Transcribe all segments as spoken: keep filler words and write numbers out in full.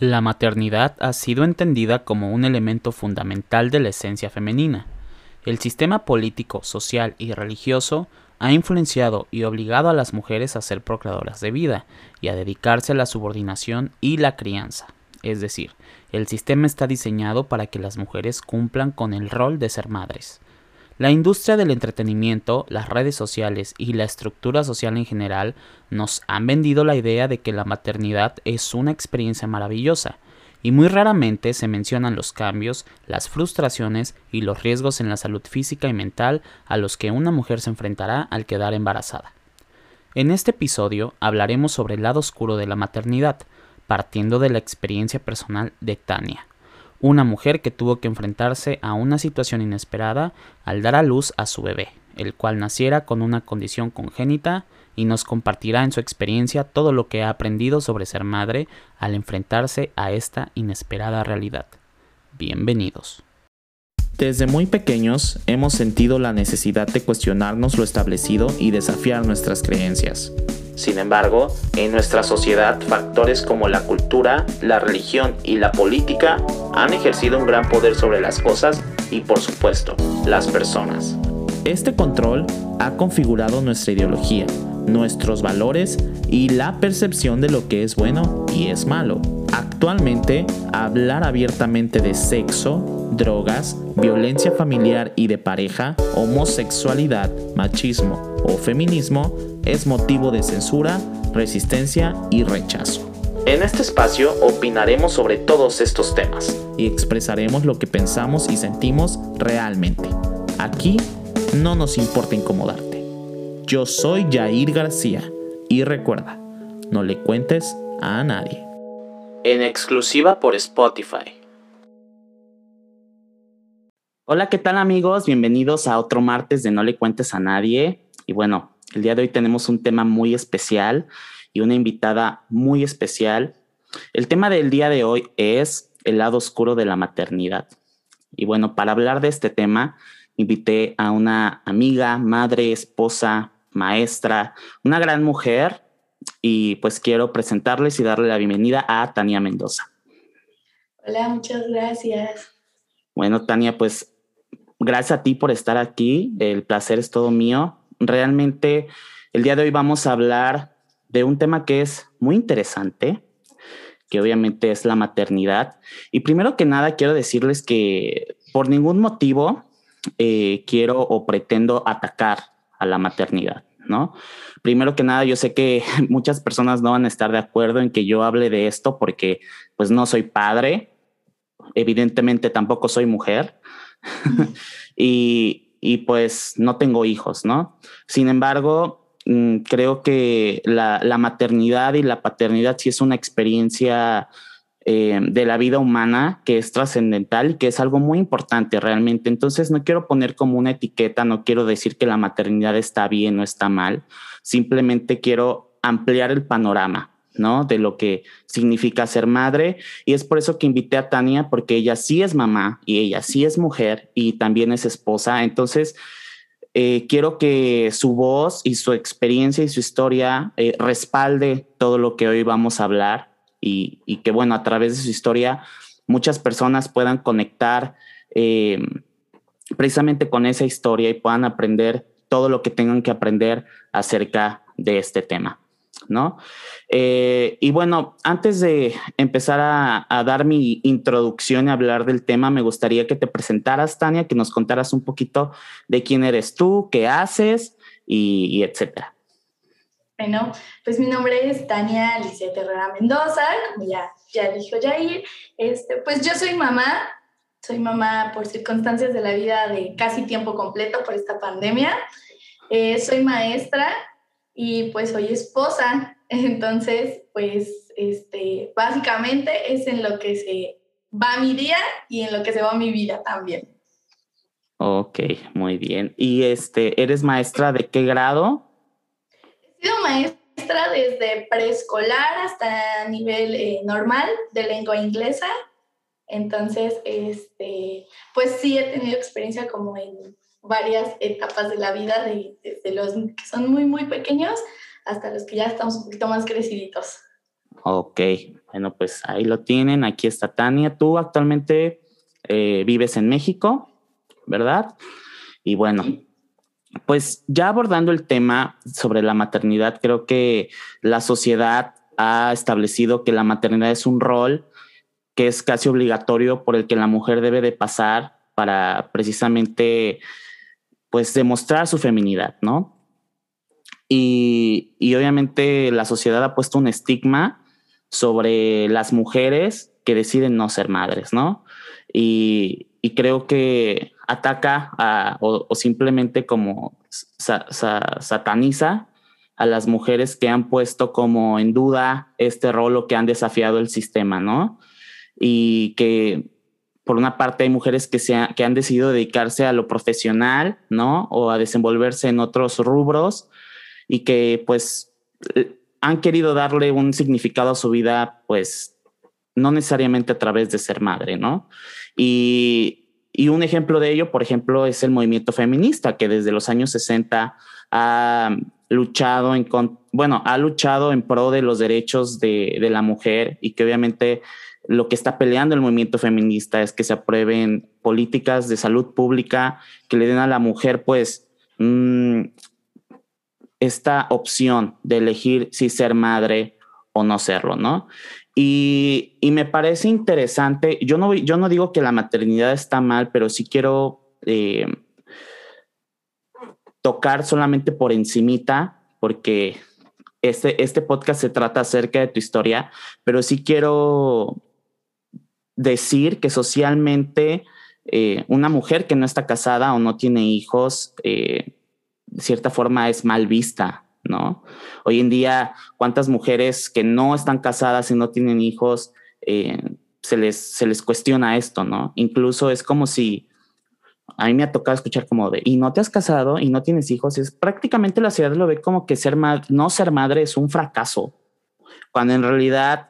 La maternidad ha sido entendida como un elemento fundamental de la esencia femenina. El sistema político, social y religioso ha influenciado y obligado a las mujeres a ser procreadoras de vida y a dedicarse a la subordinación y la crianza. Es decir, el sistema está diseñado para que las mujeres cumplan con el rol de ser madres. La industria del entretenimiento, las redes sociales y la estructura social en general nos han vendido la idea de que la maternidad es una experiencia maravillosa, y muy raramente se mencionan los cambios, las frustraciones y los riesgos en la salud física y mental a los que una mujer se enfrentará al quedar embarazada. En este episodio hablaremos sobre el lado oscuro de la maternidad, partiendo de la experiencia personal de Tania, una mujer que tuvo que enfrentarse a una situación inesperada al dar a luz a su bebé, el cual naciera con una condición congénita, y nos compartirá en su experiencia todo lo que ha aprendido sobre ser madre al enfrentarse a esta inesperada realidad. Bienvenidos. Desde muy pequeños hemos sentido la necesidad de cuestionarnos lo establecido y desafiar nuestras creencias. Sin embargo, en nuestra sociedad, factores como la cultura, la religión y la política han ejercido un gran poder sobre las cosas y, por supuesto, las personas. Este control ha configurado nuestra ideología, nuestros valores y la percepción de lo que es bueno y es malo. Actualmente, hablar abiertamente de sexo, drogas, violencia familiar y de pareja, homosexualidad, machismo o feminismo es motivo de censura, resistencia y rechazo. En este espacio opinaremos sobre todos estos temas y expresaremos lo que pensamos y sentimos realmente. Aquí no nos importa incomodarte. Yo soy Jair García y recuerda, no le cuentes a nadie. En exclusiva por Spotify. Hola, ¿qué tal amigos? Bienvenidos a otro martes de No le cuentes a nadie. Y bueno, el día de hoy tenemos un tema muy especial y una invitada muy especial. El tema del día de hoy es el lado oscuro de la maternidad. Y bueno, para hablar de este tema, invité a una amiga, madre, esposa, maestra, una gran mujer, y pues quiero presentarles y darle la bienvenida a Tania Mendoza. Hola, muchas gracias. Bueno, Tania, pues gracias a ti por estar aquí. El placer es todo mío. Realmente el día de hoy vamos a hablar de un tema que es muy interesante, que obviamente es la maternidad. Y primero que nada quiero decirles que por ningún motivo eh, quiero o pretendo atacar a la maternidad, ¿no? Primero que nada, yo sé que muchas personas no van a estar de acuerdo en que yo hable de esto porque pues no soy padre, evidentemente tampoco soy mujer y, y pues no tengo hijos, ¿no? Sin embargo, mmm, creo que la, la maternidad y la paternidad sí es una experiencia eh, de la vida humana que es trascendental y que es algo muy importante realmente. Entonces no quiero poner como una etiqueta, no quiero decir que la maternidad está bien o está mal, simplemente quiero ampliar el panorama, ¿no? De lo que significa ser madre, y es por eso que invité a Tania, porque ella sí es mamá y ella sí es mujer y también es esposa. Entonces eh, quiero que su voz y su experiencia y su historia eh, respalde todo lo que hoy vamos a hablar, y, y que bueno, a través de su historia muchas personas puedan conectar eh, precisamente con esa historia y puedan aprender todo lo que tengan que aprender acerca de este tema, ¿no? Eh, y bueno, antes de empezar a, a dar mi introducción y hablar del tema, me gustaría que te presentaras, Tania, que nos contaras un poquito de quién eres tú, qué haces y, y etcétera. Bueno, pues mi nombre es Tania Lisette Herrera Mendoza, como ya, ya dijo Jair. Este, pues yo soy mamá, soy mamá por circunstancias de la vida de casi tiempo completo por esta pandemia. Eh, soy maestra y pues soy esposa. Entonces, pues este, básicamente es en lo que se va mi día y en lo que se va mi vida también. Ok, muy bien. ¿Y este, eres maestra de qué grado? He sido maestra desde preescolar hasta nivel eh, normal de lengua inglesa. Entonces, este, pues sí he tenido experiencia como en varias etapas de la vida, de, desde los que son muy, muy pequeños hasta los que ya estamos un poquito más creciditos. Ok, bueno, pues ahí lo tienen. Aquí está Tania. Tú actualmente eh, vives en México, ¿verdad? Y bueno, pues ya abordando el tema sobre la maternidad, creo que la sociedad ha establecido que la maternidad es un rol que es casi obligatorio por el que la mujer debe de pasar para precisamente pues demostrar su feminidad, ¿no? Y, y obviamente la sociedad ha puesto un estigma sobre las mujeres que deciden no ser madres, ¿no? Y, y creo que ataca a, o, o simplemente como sa, sa, sataniza a las mujeres que han puesto como en duda este rol o que han desafiado el sistema, ¿no? Y que por una parte hay mujeres que, se ha, que han decidido dedicarse a lo profesional, ¿no? O a desenvolverse en otros rubros y que pues han querido darle un significado a su vida, pues no necesariamente a través de ser madre, ¿no? Y, y un ejemplo de ello, por ejemplo, es el movimiento feminista, que desde los años sesenta ha luchado en, bueno, ha luchado en pro de los derechos de, de la mujer y que obviamente lo que está peleando el movimiento feminista es que se aprueben políticas de salud pública que le den a la mujer, pues, mmm, esta opción de elegir si ser madre o no serlo, ¿no? Y, y me parece interesante, yo no, yo no digo que la maternidad está mal, pero sí quiero eh, tocar solamente por encimita, porque este, este podcast se trata acerca de tu historia, pero sí quiero decir que socialmente eh, una mujer que no está casada o no tiene hijos, eh, de cierta forma es mal vista, ¿no? Hoy en día, ¿cuántas mujeres que no están casadas y no tienen hijos eh, se les, se les cuestiona esto, ¿no? Incluso es como si a mí me ha tocado escuchar como de, y no te has casado y no tienes hijos, es prácticamente la sociedad lo ve como que ser ma- no ser madre es un fracaso, cuando en realidad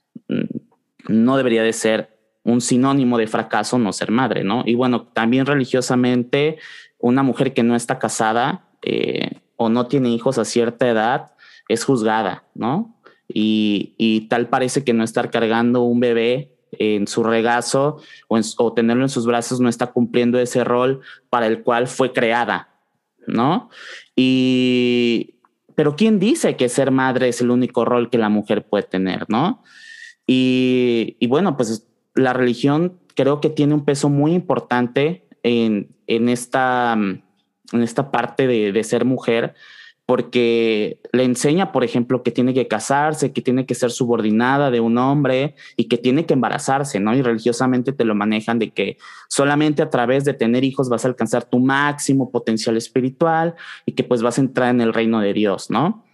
no debería de ser un sinónimo de fracaso no ser madre, ¿no? Y bueno, también religiosamente, una mujer que no está casada eh, o no tiene hijos a cierta edad es juzgada, ¿no? Y, y tal parece que no estar cargando un bebé en su regazo o, en, o tenerlo en sus brazos no está cumpliendo ese rol para el cual fue creada, ¿no? Y, pero ¿quién dice que ser madre es el único rol que la mujer puede tener, ¿no? Y, y bueno, pues la religión creo que tiene un peso muy importante en, en, esta, en esta parte de, de ser mujer, porque le enseña, por ejemplo, que tiene que casarse, que tiene que ser subordinada de un hombre y que tiene que embarazarse, ¿no? Y religiosamente te lo manejan de que solamente a través de tener hijos vas a alcanzar tu máximo potencial espiritual y que pues vas a entrar en el reino de Dios, ¿no?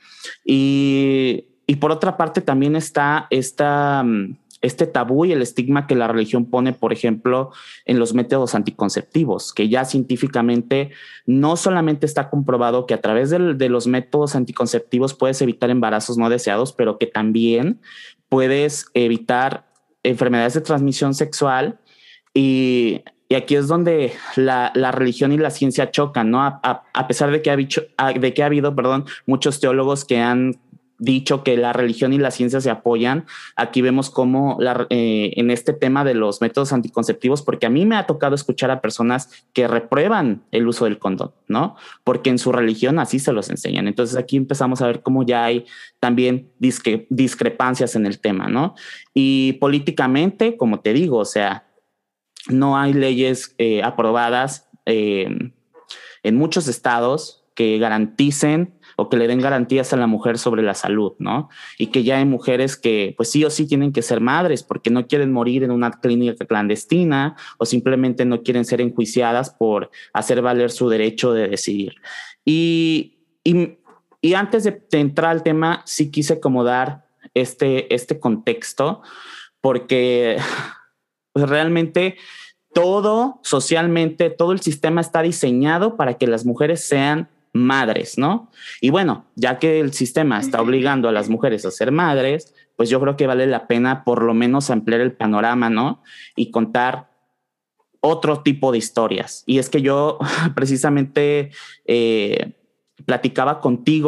Y, y por otra parte también está esta... este tabú y el estigma que la religión pone, por ejemplo, en los métodos anticonceptivos, que ya científicamente no solamente está comprobado que a través de, de los métodos anticonceptivos puedes evitar embarazos no deseados, pero que también puedes evitar enfermedades de transmisión sexual. Y, y aquí es donde la, la religión y la ciencia chocan, ¿no? A, a, a pesar de que, ha dicho, de que ha habido, perdón, muchos teólogos que han dicho que la religión y la ciencia se apoyan. Aquí vemos cómo la, eh, en este tema de los métodos anticonceptivos, porque a mí me ha tocado escuchar a personas que reprueban el uso del condón, ¿no? Porque en su religión así se los enseñan. Entonces aquí empezamos a ver cómo ya hay también discre- discrepancias en el tema, ¿no? Y políticamente, como te digo, o sea, no hay leyes eh, aprobadas eh, en muchos estados que garanticen o que le den garantías a la mujer sobre la salud, ¿no? Y que ya hay mujeres que pues sí o sí tienen que ser madres porque no quieren morir en una clínica clandestina o simplemente no quieren ser enjuiciadas por hacer valer su derecho de decidir. Y, y, y antes de, de entrar al tema, sí quise como dar este, este contexto porque pues realmente todo socialmente, todo el sistema está diseñado para que las mujeres sean madres, ¿no? Y bueno, ya que el sistema está obligando a las mujeres a ser madres, pues yo creo que vale la pena por lo menos ampliar el panorama, ¿no? Y contar otro tipo de historias. Y es que yo precisamente eh, platicaba contigo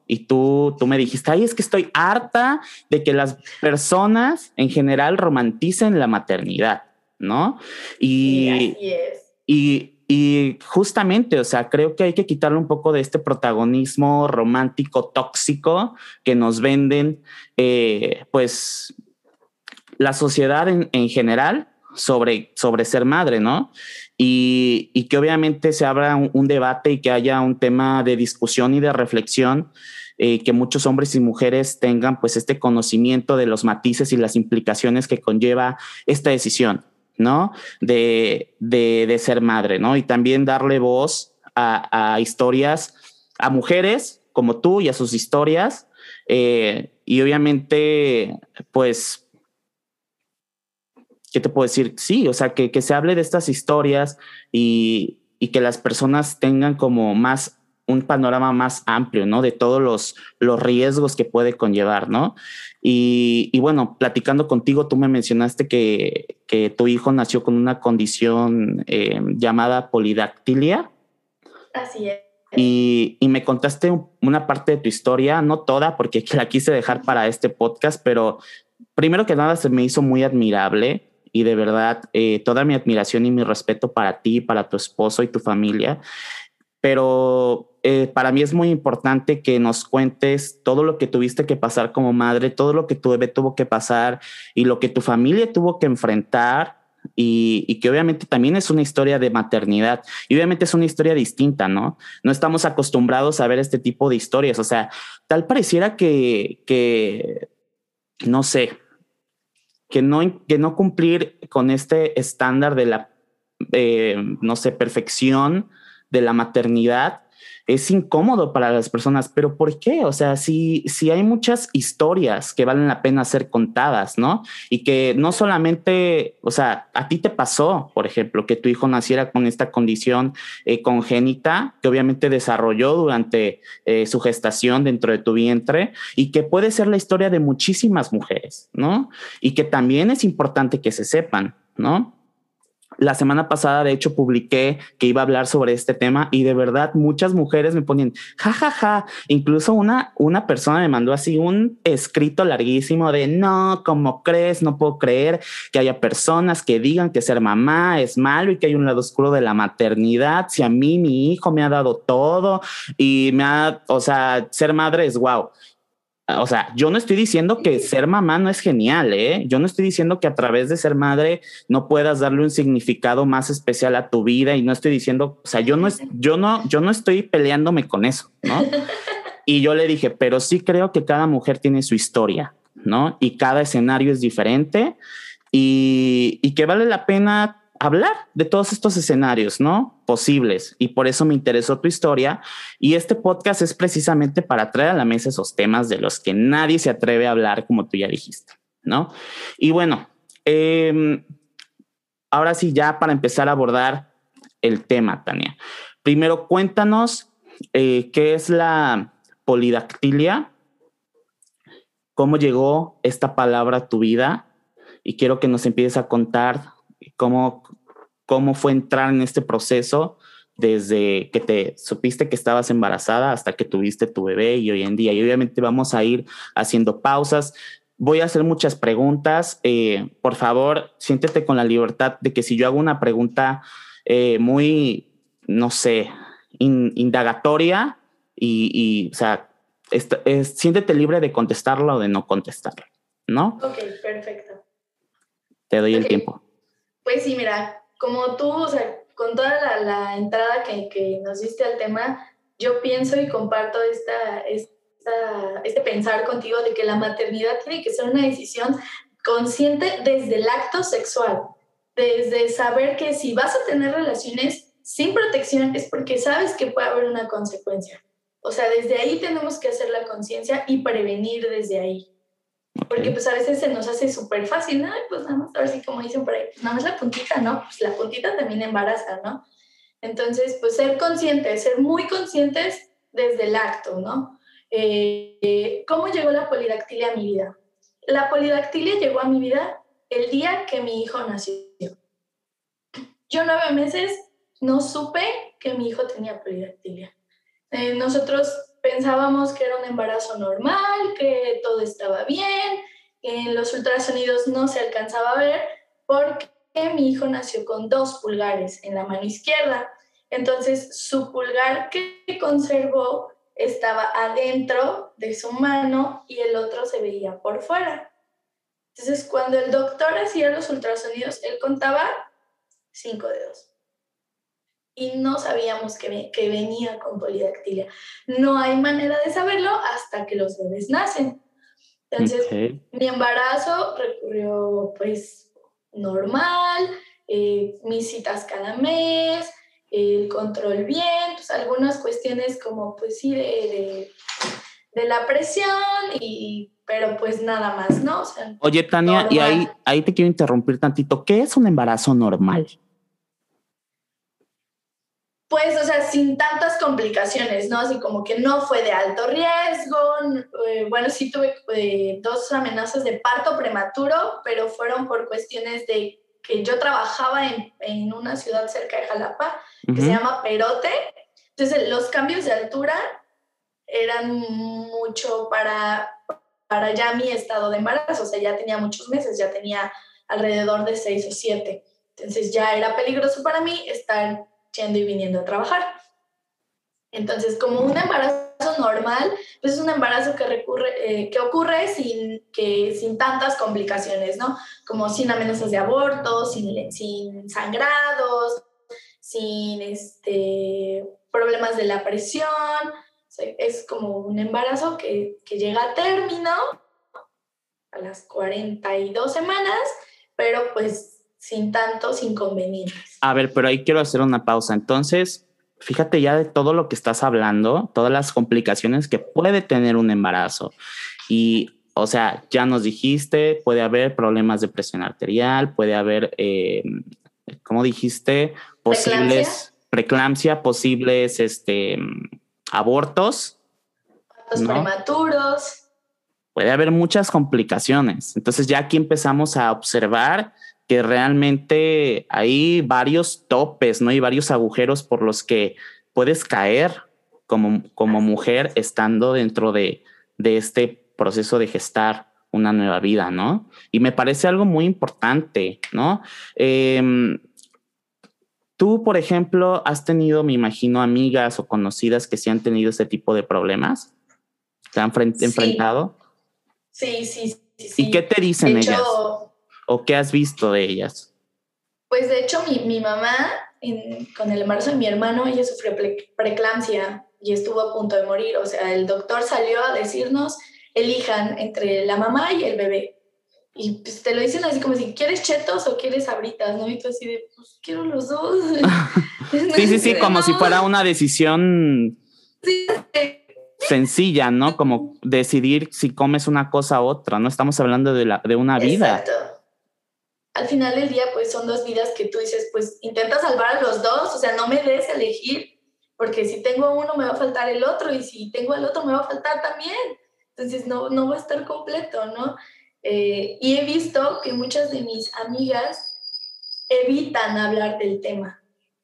Y tú, tú me dijiste, ay, es que estoy harta de que las personas en general romanticen la maternidad, ¿no? Y, sí, así es. Y, y justamente, o sea, creo que hay que quitarle un poco de este protagonismo romántico tóxico que nos venden, eh, pues, la sociedad en, en general sobre, sobre ser madre, ¿no? Y, y que obviamente se abra un, un debate y que haya un tema de discusión y de reflexión, eh, que muchos hombres y mujeres tengan pues este conocimiento de los matices y las implicaciones que conlleva esta decisión, ¿no? De, de, de ser madre, ¿no? Y también darle voz a, a historias, a mujeres como tú y a sus historias, eh, y obviamente, pues, ¿qué te puedo decir? Sí, o sea, que, que se hable de estas historias y, y que las personas tengan como más un panorama más amplio, ¿no? De todos los, los riesgos que puede conllevar, ¿no? Y, y bueno, platicando contigo, tú me mencionaste que, que tu hijo nació con una condición eh, llamada polidactilia. Así es. Y, y me contaste una parte de tu historia, no toda, porque la quise dejar para este podcast, pero primero que nada se me hizo muy admirable. Y de verdad, eh, toda mi admiración y mi respeto para ti, para tu esposo y tu familia. Pero eh, para mí es muy importante que nos cuentes todo lo que tuviste que pasar como madre, todo lo que tu bebé tuvo que pasar y lo que tu familia tuvo que enfrentar. Y, y que obviamente también es una historia de maternidad y obviamente es una historia distinta, ¿no? No estamos acostumbrados a ver este tipo de historias. O sea, tal pareciera que, que no sé, que no, que no cumplir con este estándar de la, eh, no sé, perfección de la maternidad es incómodo para las personas. ¿Pero por qué? O sea, si, si hay muchas historias que valen la pena ser contadas, ¿no? Y que no solamente, o sea, a ti te pasó, por ejemplo, que tu hijo naciera con esta condición eh, congénita que obviamente desarrolló durante eh, su gestación dentro de tu vientre y que puede ser la historia de muchísimas mujeres, ¿no? Y que también es importante que se sepan, ¿no? La semana pasada, de hecho, publiqué que iba a hablar sobre este tema y de verdad muchas mujeres me ponían jajaja. Ja, ja. Incluso una, una persona me mandó así un escrito larguísimo de no, ¿cómo crees? No puedo creer que haya personas que digan que ser mamá es malo y que hay un lado oscuro de la maternidad. Si a mí mi hijo me ha dado todo y me ha, o sea, ser madre es guau. O sea, yo no estoy diciendo que ser mamá no es genial, ¿eh? Yo no estoy diciendo que a través de ser madre no puedas darle un significado más especial a tu vida y no estoy diciendo, o sea, yo no, es, yo no, yo no estoy peleándome con eso, ¿no? Y yo le dije, pero sí creo que cada mujer tiene su historia, ¿no? Y cada escenario es diferente y, y que vale la pena hablar de todos estos escenarios, ¿no? Posibles. Y por eso me interesó tu historia. Y este podcast es precisamente para traer a la mesa esos temas de los que nadie se atreve a hablar, como tú ya dijiste, ¿no? Y bueno, eh, ahora sí, ya para empezar a abordar el tema, Tania. Primero, cuéntanos eh, qué es la polidactilia, cómo llegó esta palabra a tu vida y quiero que nos empieces a contar cómo, cómo fue entrar en este proceso desde que te supiste que estabas embarazada hasta que tuviste tu bebé y hoy en día. Y obviamente vamos a ir haciendo pausas. Voy a hacer muchas preguntas. Eh, por favor, siéntete con la libertad de que si yo hago una pregunta eh, muy, no sé, in, indagatoria y, y, o sea, es, es, siéntete libre de contestarla o de no contestarla, ¿no? Ok, perfecto. Te doy okay. el tiempo. Pues sí, mira, como tú, o sea, con toda la, la entrada que, que nos diste al tema, yo pienso y comparto esta, esta, este pensar contigo de que la maternidad tiene que ser una decisión consciente desde el acto sexual, desde saber que si vas a tener relaciones sin protección es porque sabes que puede haber una consecuencia. O sea, desde ahí tenemos que hacer la conciencia y prevenir desde ahí. Okay. Porque pues a veces se nos hace súper fácil, ¿no? Pues nada más, a ver si como dicen por ahí, nada más la puntita, ¿no? Pues la puntita también embaraza, ¿no? Entonces, pues ser conscientes, ser muy conscientes desde el acto, ¿no? Eh, eh, ¿Cómo llegó la polidactilia a mi vida? La polidactilia llegó a mi vida el día que mi hijo nació. Yo nueve meses no supe que mi hijo tenía polidactilia. Eh, nosotros pensábamos que era un embarazo normal, que todo estaba bien, que en los ultrasonidos no se alcanzaba a ver porque mi hijo nació con dos pulgares en la mano izquierda. Entonces, su pulgar que conservó estaba adentro de su mano y el otro se veía por fuera. Entonces, cuando el doctor hacía los ultrasonidos, él contaba cinco dedos. Y no sabíamos que, que venía con polidactilia. No hay manera de saberlo hasta que los bebés nacen. Entonces, okay. Mi embarazo recurrió pues normal, eh, mis citas cada mes, el control bien, pues algunas cuestiones como pues sí de, de, de la presión, y, pero pues nada más, ¿no? O sea, oye, Tania, normal. y ahí, ahí te quiero interrumpir tantito. ¿Qué es un embarazo normal? Pues, o sea, sin tantas complicaciones, ¿no? Así como que no fue de alto riesgo. Eh, bueno, sí tuve eh, dos amenazas de parto prematuro, pero fueron por cuestiones de que yo trabajaba en, en una ciudad cerca de Jalapa, uh-huh. que se llama Perote. Entonces, los cambios de altura eran mucho para, para ya mi estado de embarazo. O sea, ya tenía muchos meses, ya tenía alrededor de seis o siete. Entonces, ya era peligroso para mí estar yendo y viniendo a trabajar. Entonces, como un embarazo normal, pues es un embarazo que, recurre, eh, que ocurre sin, que, sin tantas complicaciones, ¿no? Como sin amenazas de aborto, sin, sin sangrados, sin este, problemas de la presión. O sea, es como un embarazo que, que llega a término a las cuarenta y dos semanas, pero pues sin tantos inconvenientes. A ver, pero ahí quiero hacer una pausa. Entonces, fíjate ya de todo lo que estás hablando, todas las complicaciones que puede tener un embarazo. Y, o sea, ya nos dijiste, puede haber problemas de presión arterial, puede haber, eh, ¿cómo dijiste? Posibles preeclampsia, posibles este, abortos. Partos ¿no? prematuros. Puede haber muchas complicaciones. Entonces ya aquí empezamos a observar que realmente hay varios topes, ¿no? Y varios agujeros por los que puedes caer como, como mujer estando dentro de, de este proceso de gestar una nueva vida, ¿no? Y me parece algo muy importante, ¿no? Eh, tú, por ejemplo, has tenido, me imagino, amigas o conocidas que sí han tenido ese tipo de problemas. ¿Te han frent- sí. enfrentado? Sí, sí, sí, sí. ¿Y qué te dicen de hecho, ellas? ¿O qué has visto de ellas? Pues de hecho mi, mi mamá, en, con el embarazo de mi hermano, ella sufrió pre- preeclampsia y estuvo a punto de morir. O sea, el doctor salió a decirnos, elijan entre la mamá y el bebé. Y pues te lo dicen así como si, ¿quieres chetos o quieres sabritas? ¿No? Y tú así de, pues quiero los dos. sí, sí, sí, como no. si fuera una decisión sí. sencilla, ¿no? Como decidir si comes una cosa u otra. No estamos hablando de, la, de una vida. Exacto. Al final del día, pues son dos vidas que tú dices, pues intenta salvar a los dos, o sea, no me des elegir, porque si tengo uno me va a faltar el otro, y si tengo el otro me va a faltar también. Entonces no, no va a estar completo, ¿no? Eh, y he visto que muchas de mis amigas evitan hablar del tema.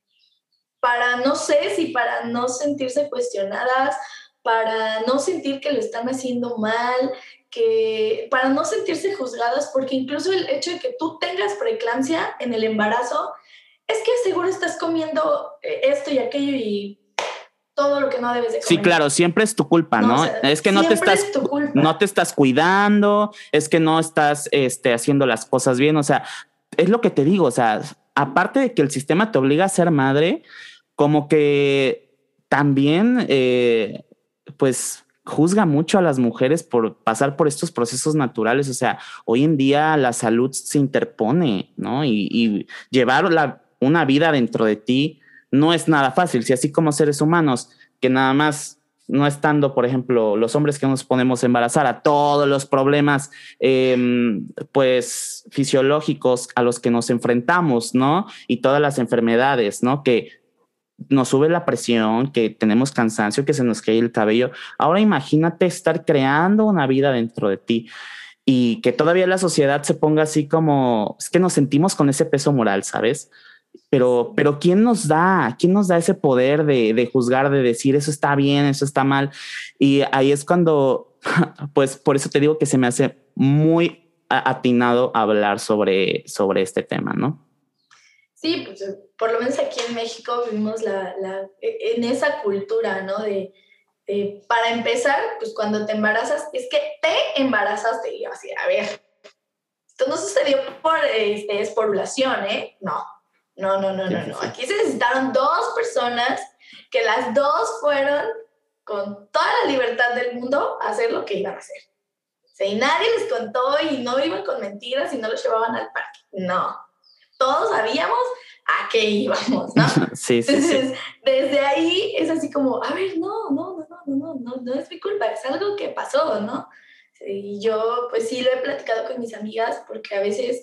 Para, no sé si para no sentirse cuestionadas, para no sentir que lo están haciendo mal, que para no sentirse juzgadas, porque incluso el hecho de que tú tengas preeclampsia en el embarazo es que seguro estás comiendo esto y aquello y todo lo que no debes de comer. Sí, claro, siempre es tu culpa, ¿no? ¿no? O sea, es que no te estás es tu culpa. no te estás cuidando, es que no estás este, haciendo las cosas bien, o sea, es lo que te digo, o sea, aparte de que el sistema te obliga a ser madre, como que también eh, pues juzga mucho a las mujeres por pasar por estos procesos naturales. O sea, hoy en día la salud se interpone, ¿no? Y, y llevar la, una vida dentro de ti no es nada fácil. Si así como seres humanos, que nada más no estando, por ejemplo, los hombres que nos ponemos a embarazar a todos los problemas eh, pues fisiológicos a los que nos enfrentamos, ¿no? Y todas las enfermedades, ¿no? Que nos sube la presión, que tenemos cansancio, que se nos cae el cabello. Ahora imagínate estar creando una vida dentro de ti y que todavía la sociedad se ponga así como, es que nos sentimos con ese peso moral, ¿sabes? Pero, pero ¿quién nos da? ¿Quién nos da ese poder de, de juzgar, de decir eso está bien, eso está mal? Y ahí es cuando, pues por eso te digo que se me hace muy atinado hablar sobre, sobre este tema, ¿no? Sí, pues por lo menos aquí en México vivimos la, la, en esa cultura, ¿no? De, de, para empezar, pues cuando te embarazas, es que te embarazaste. Y yo así, a ver, esto no sucedió por este, esporulación, ¿eh? No, no, no, no, sí, no, sí, no. Sí. Aquí se necesitaron dos personas que las dos fueron con toda la libertad del mundo a hacer lo que iban a hacer. O sea, y nadie les contó y no iban con mentiras y no los llevaban al parque. No. Todos sabíamos a qué íbamos, ¿no? Sí, sí, Entonces, sí. desde ahí es así como, a ver, no, no, no, no, no, no, no es mi culpa, es algo que pasó, ¿no? Y yo, pues sí, lo he platicado con mis amigas porque a veces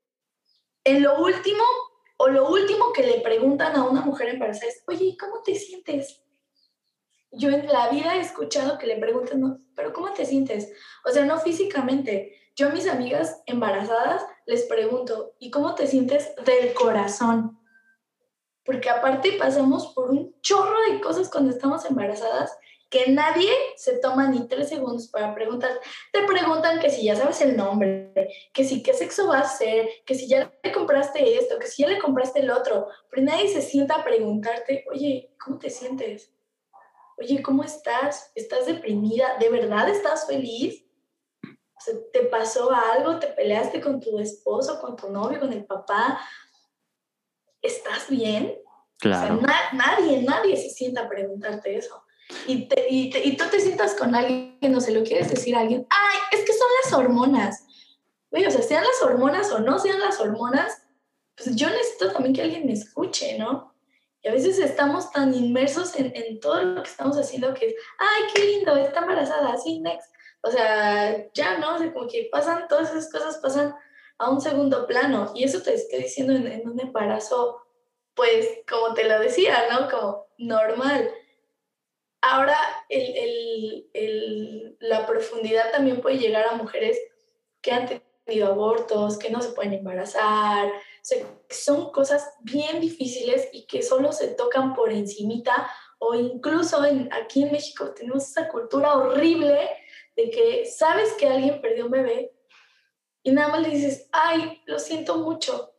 en lo último o lo último que le preguntan a una mujer embarazada es, oye, ¿cómo te sientes? Yo en la vida he escuchado que le preguntan, no, pero ¿cómo te sientes? O sea, no físicamente. Yo a mis amigas embarazadas les pregunto, ¿y cómo te sientes del corazón? Porque aparte pasamos por un chorro de cosas cuando estamos embarazadas que nadie se toma ni tres segundos para preguntar. Te preguntan que si ya sabes el nombre, que si qué sexo va a ser, que si ya le compraste esto, que si ya le compraste el otro. Pero nadie se sienta a preguntarte, oye, ¿cómo te sientes? Oye, ¿cómo estás? ¿Estás deprimida? ¿De verdad estás feliz? O sea, ¿te pasó algo? ¿Te peleaste con tu esposo, con tu novio, con el papá? ¿Estás bien? Claro. O sea, na- nadie, nadie se sienta a preguntarte eso. Y, te, y, te, y tú te sientas con alguien que no se lo quieres decir a alguien. ¡Ay, es que son las hormonas! Oye, o sea, sean las hormonas o no sean las hormonas, pues yo necesito también que alguien me escuche, ¿no? Y a veces estamos tan inmersos en, en todo lo que estamos haciendo que es, ¡ay, qué lindo! Está embarazada, sí, next. O sea, ya, ¿no? O sea, como que pasan, todas esas cosas pasan a un segundo plano. Y eso te estoy diciendo en, en un embarazo, pues, como te lo decía, ¿no? Como normal. Ahora, el, el, el, la profundidad también puede llegar a mujeres que han tenido abortos, que no se pueden embarazar. O sea, son cosas bien difíciles y que solo se tocan por encimita, o incluso en, aquí en México tenemos esa cultura horrible de que sabes que alguien perdió un bebé y nada más le dices, ay, lo siento mucho.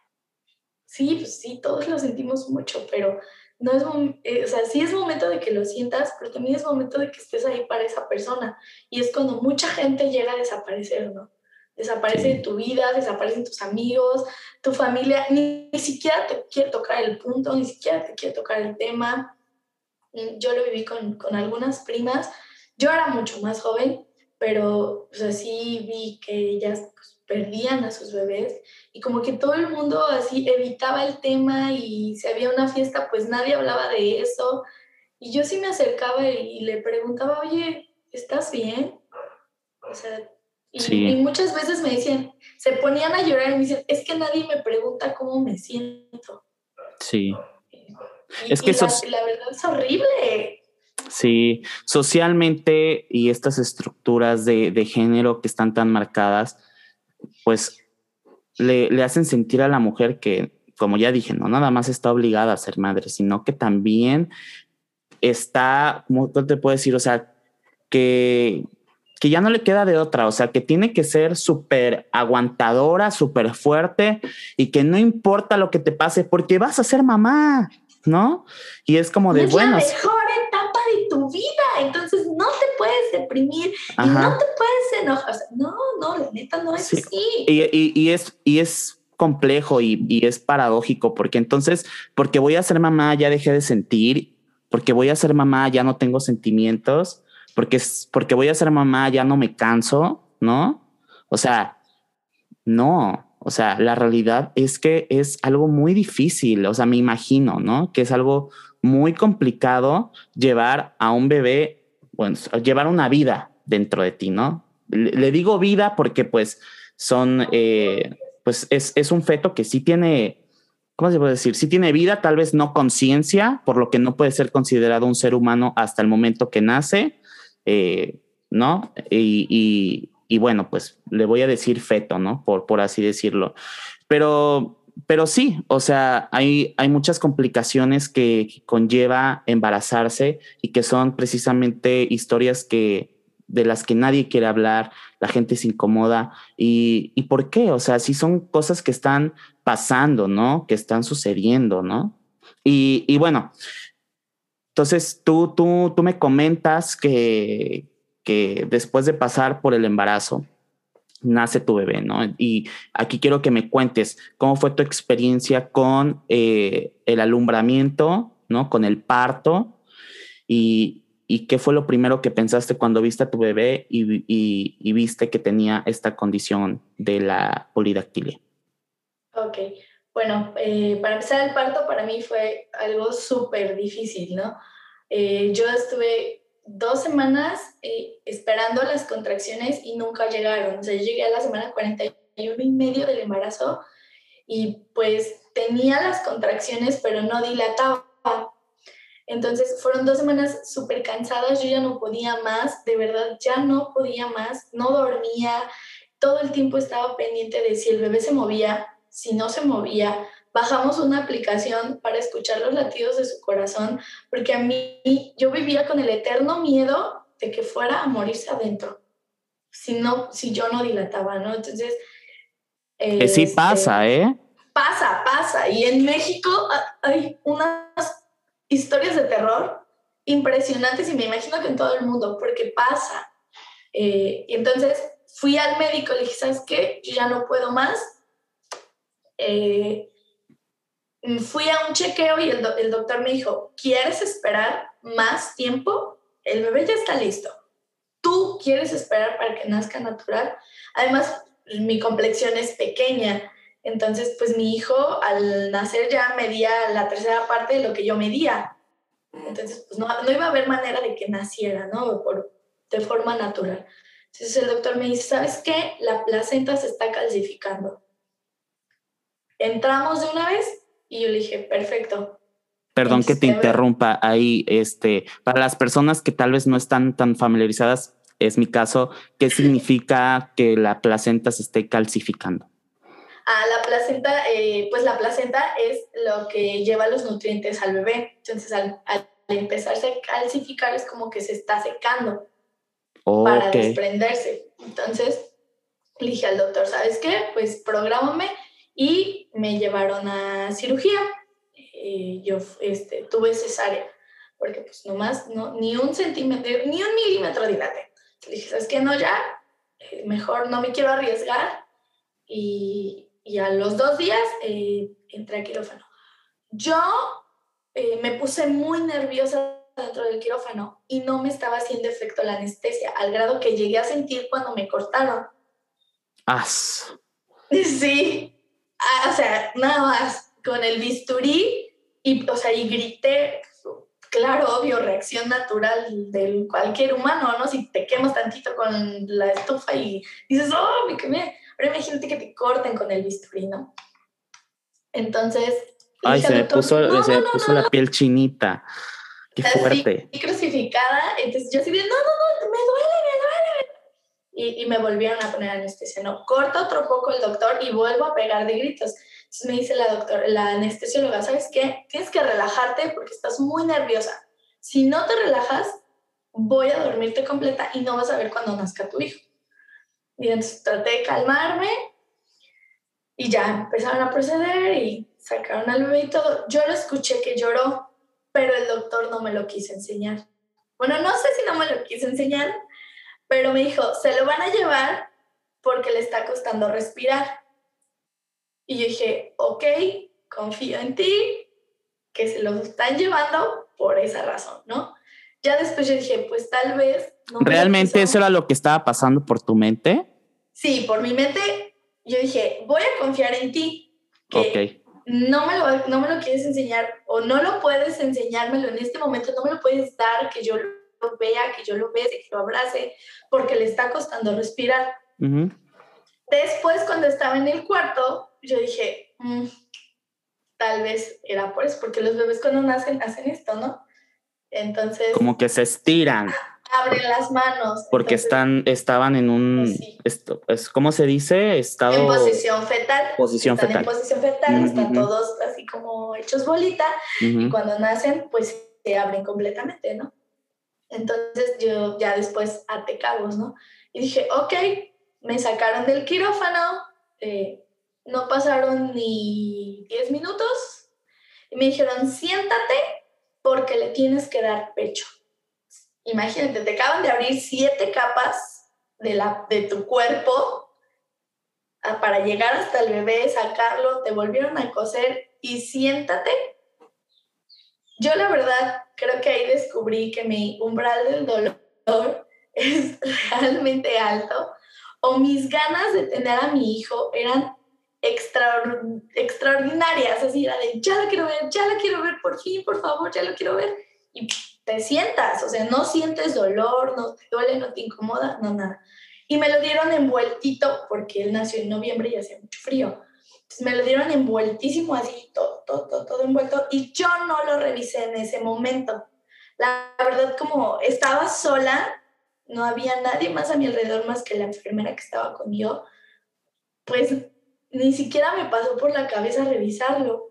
Sí, pues sí, todos lo sentimos mucho, pero no es, eh, o sea, sí es momento de que lo sientas, pero también es momento de que estés ahí para esa persona. Y es cuando mucha gente llega a desaparecer, ¿no? Desaparece sí. de tu vida, desaparecen tus amigos, tu familia, ni, ni siquiera te quiere tocar el punto, ni siquiera te quiere tocar el tema. Yo lo viví con, con algunas primas. Yo era mucho más joven, pero o sea, sí vi que ellas pues, perdían a sus bebés y como que todo el mundo así evitaba el tema y si había una fiesta, pues nadie hablaba de eso. Y yo sí me acercaba y, y le preguntaba, oye, ¿estás bien? O sea, y, sí. y muchas veces me decían, se ponían a llorar y me dicen, es que nadie me pregunta cómo me siento. Sí. Y, es que y la, so- la verdad es horrible. Sí, socialmente y estas estructuras de, de género que están tan marcadas, pues le, le hacen sentir a la mujer que, como ya dije, no nada más está obligada a ser madre, sino que también está, ¿cómo te puedo decir? O sea, que, que ya no le queda de otra, o sea, que tiene que ser súper aguantadora, súper fuerte y que no importa lo que te pase porque vas a ser mamá, ¿no? Y es como de, es bueno... Es la mejor etapa de tu vida, entonces no te puedes deprimir. Ajá. Y no te puedes enojar. O sea, no, no, la neta no es sí. así. Y, y, y, es, y es complejo y, y es paradójico porque entonces, porque voy a ser mamá ya dejé de sentir, porque voy a ser mamá ya no tengo sentimientos, porque, porque voy a ser mamá ya no me canso, ¿no? O sea, no. O sea, la realidad es que es algo muy difícil. O sea, me imagino, ¿no? Que es algo muy complicado llevar a un bebé, bueno, llevar una vida dentro de ti, ¿no? Le, le digo vida porque pues son, eh, pues es, es un feto que sí tiene, ¿cómo se puede decir? Sí tiene vida, tal vez no conciencia, por lo que no puede ser considerado un ser humano hasta el momento que nace, eh, ¿no? Y, y, y bueno, pues le voy a decir feto, ¿no? Por, por así decirlo. Pero, pero sí, o sea, hay, hay muchas complicaciones que, que conlleva embarazarse y que son precisamente historias que, de las que nadie quiere hablar, la gente se incomoda. ¿Y, y por qué? O sea, sí son cosas que están pasando, ¿no? Que están sucediendo, ¿no? Y, y bueno, entonces tú, tú, tú me comentas que, que después de pasar por el embarazo, nace tu bebé, ¿no? Y aquí quiero que me cuentes cómo fue tu experiencia con eh, el alumbramiento, ¿no? Con el parto y, y qué fue lo primero que pensaste cuando viste a tu bebé y, y, y viste que tenía esta condición de la polidactilia. Ok, bueno, eh, para empezar el parto para mí fue algo súper difícil, ¿no? Eh, yo estuve dos semanas eh, esperando las contracciones y nunca llegaron. O sea, yo llegué a la semana cuarenta y uno y medio del embarazo y pues tenía las contracciones, pero no dilataba. Entonces fueron dos semanas súper cansadas, yo ya no podía más, de verdad ya no podía más, no dormía, todo el tiempo estaba pendiente de si el bebé se movía, si no se movía. Bajamos una aplicación para escuchar los latidos de su corazón, porque a mí yo vivía con el eterno miedo de que fuera a morirse adentro, si, no, si yo no dilataba, ¿no? Entonces, Que sí pasa, este, ¿eh? pasa, pasa. Y en México hay unas historias de terror impresionantes y me imagino que en todo el mundo, porque pasa. Eh, y entonces fui al médico, le dije, ¿sabes qué? Yo ya no puedo más. Eh, fui a un chequeo y el, do- el doctor me dijo, ¿quieres esperar más tiempo? El bebé ya está listo. ¿Tú quieres esperar para que nazca natural? Además, mi complexión es pequeña. Entonces, pues mi hijo al nacer ya medía la tercera parte de lo que yo medía. Entonces, pues no, no iba a haber manera de que naciera, ¿no? Por, de forma natural. Entonces el doctor me dice, ¿sabes qué? La placenta se está calcificando. Entramos de una vez y yo le dije, perfecto. Perdón que Entonces, te te veo. interrumpa ahí, este, para las personas que tal vez no están tan familiarizadas, es mi caso, ¿qué significa que la placenta se esté calcificando? Ah, la placenta, eh, pues la placenta es lo que lleva los nutrientes al bebé. Entonces, al, al empezarse a calcificar es como que se está secando para Ok. desprenderse. Entonces, le dije al doctor, ¿sabes qué? Pues prográmame y me llevaron a cirugía. Eh, yo este, tuve cesárea, porque pues nomás no, ni un centímetro, ni un milímetro dilaté. Le dije, ¿sabes qué? No, ya, eh, mejor no me quiero arriesgar. Y, y a los dos días eh, entré a quirófano. Yo eh, me puse muy nerviosa dentro del quirófano y no me estaba haciendo efecto la anestesia, al grado que llegué a sentir cuando me cortaron. As. Sí, ah, o sea, nada más con el bisturí y, o sea, y grité, claro, obvio, reacción natural de cualquier humano, ¿no? Si te quemas tantito con la estufa y dices, oh, me quemé. Pero imagínate que te corten con el bisturí, ¿no? Entonces, le Ay, dije se al me doctor, puso, no, no, se me no, puso no, la no, piel chinita. Qué así fuerte. crucificada. Entonces yo así de, no, no, no, me duele, me duele. Y, y me volvieron a poner anestesia, ¿no? Corta otro poco el doctor y vuelvo a pegar de gritos. Entonces me dice la doctora, la anestesióloga, ¿sabes qué? Tienes que relajarte porque estás muy nerviosa. Si no te relajas, voy a dormirte completa y no vas a ver cuando nazca tu hijo. Y entonces traté de calmarme y ya empezaron a proceder y sacaron al bebé y todo. Yo lo escuché que lloró, pero el doctor no me lo quiso enseñar. Bueno, no sé si no me lo quiso enseñar, pero me dijo, se lo van a llevar porque le está costando respirar. Y yo dije, ok, confío en ti, que se lo están llevando por esa razón, ¿no? Ya después yo dije, pues tal vez no me lo ¿Realmente eso quiso. era lo que estaba pasando por tu mente? Sí, por mi mente, yo dije, voy a confiar en ti, Ok. que no me, lo, no me lo quieres enseñar o no lo puedes enseñármelo en este momento, no me lo puedes dar, que yo lo vea, que yo lo bese, que lo abrace, porque le está costando respirar. Uh-huh. Después, cuando estaba en el cuarto, yo dije, mmm, tal vez era por eso, porque los bebés cuando nacen hacen esto, ¿no? Entonces, Como que se estiran. abren las manos. Porque Entonces, están, estaban en un, pues sí. esto, es, ¿cómo se dice? Estado... En posición fetal. Posición están fetal. en posición fetal, Uh-huh. están todos así como hechos bolita, uh-huh. Y cuando nacen, pues se abren completamente, ¿no? Entonces yo ya después até cabos, ¿no? Y dije, ok, me sacaron del quirófano, eh, no pasaron ni diez minutos, y me dijeron, siéntate porque le tienes que dar pecho. Imagínate, te acaban de abrir siete capas de, la, de tu cuerpo para llegar hasta el bebé, sacarlo, te volvieron a coser y siéntate. Yo la verdad creo que ahí descubrí que mi umbral del dolor es realmente alto, o mis ganas de tener a mi hijo eran extraord- extraordinarias, así era de ya lo quiero ver, ya lo quiero ver, por fin, por favor, ya lo quiero ver, y te sientas, o sea, no sientes dolor, no te duele, no te incomoda, no nada. Y me lo dieron envueltito, porque él nació en noviembre y hacía mucho frío. Entonces me lo dieron envueltísimo, así, todo, todo, todo, todo envuelto, y yo no lo revisé en ese momento. La verdad, como estaba sola, no había nadie más a mi alrededor más que la enfermera que estaba conmigo, pues ni siquiera me pasó por la cabeza revisarlo.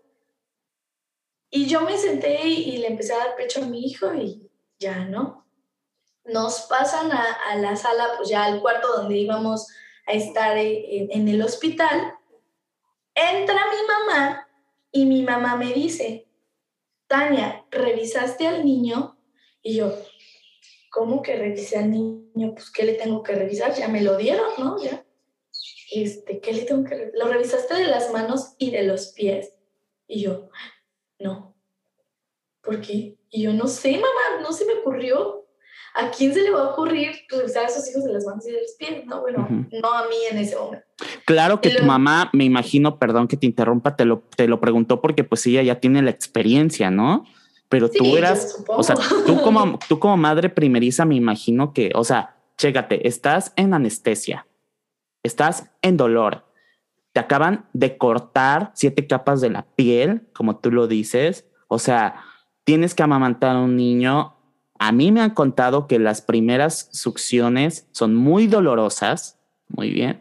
Y yo me senté y, y le empecé a dar pecho a mi hijo y ya, ¿no? Nos pasan a, a la sala, pues ya al cuarto donde íbamos a estar en, en el hospital. Entra mi mamá y mi mamá me dice, Tania, ¿revisaste al niño? Y yo, ¿cómo que revisé al niño? Pues, ¿qué le tengo que revisar? Ya me lo dieron, ¿no? Ya. Este, ¿qué le tengo que revisar? ¿Lo revisaste de las manos y de los pies? Y yo, no. ¿Por qué? Y yo, no sé, mamá, no se me ocurrió. ¿A quién se le va a ocurrir revisar a sus hijos de las manos y de los pies? No, bueno, uh-huh. No a mí en ese momento. Claro que lo... tu mamá, me imagino, perdón que te interrumpa, te lo, te lo preguntó porque pues ella ya tiene la experiencia, ¿no? Pero sí, tú eras, o sea, tú como, tú como madre primeriza me imagino que, o sea, chécate, estás en anestesia, estás en dolor, te acaban de cortar siete capas de la piel, como tú lo dices, o sea, tienes que amamantar a un niño. A mí me han contado que las primeras succiones son muy dolorosas, muy bien,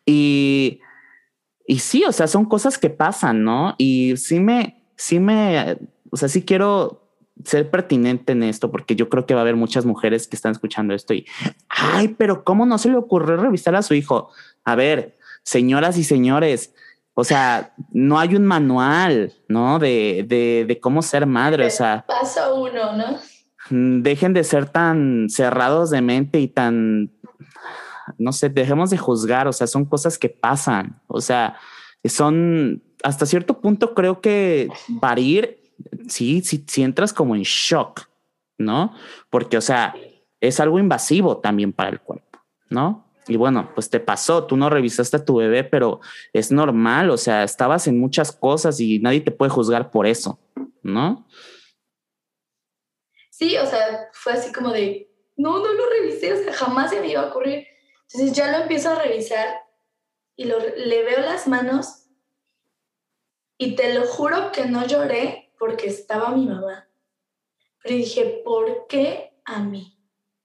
y, y sí, o sea, son cosas que pasan, ¿no? Y sí me, sí me, o sea, sí quiero ser pertinente en esto, porque yo creo que va a haber muchas mujeres que están escuchando esto y, ay, pero ¿cómo no se le ocurrió revisar a su hijo? A ver, señoras y señores, o sea, no hay un manual, ¿no? De, de, de cómo ser madre, o sea. Paso uno, ¿no? Dejen de ser tan cerrados de mente y tan, no sé, dejemos de juzgar, o sea, son cosas que pasan, o sea, son, hasta cierto punto creo que parir, sí, sí, sí entras como en shock, ¿no? Porque, o sea, es algo invasivo también para el cuerpo, ¿no? Y bueno, pues te pasó, tú no revisaste a tu bebé, pero es normal, o sea, estabas en muchas cosas y nadie te puede juzgar por eso, ¿no? Sí, o sea, fue así como de, no, no lo revisé, o sea, jamás se me iba a ocurrir. Entonces ya lo empiezo a revisar y lo, le veo las manos y te lo juro que no lloré porque estaba mi mamá. Pero dije, ¿por qué a mí?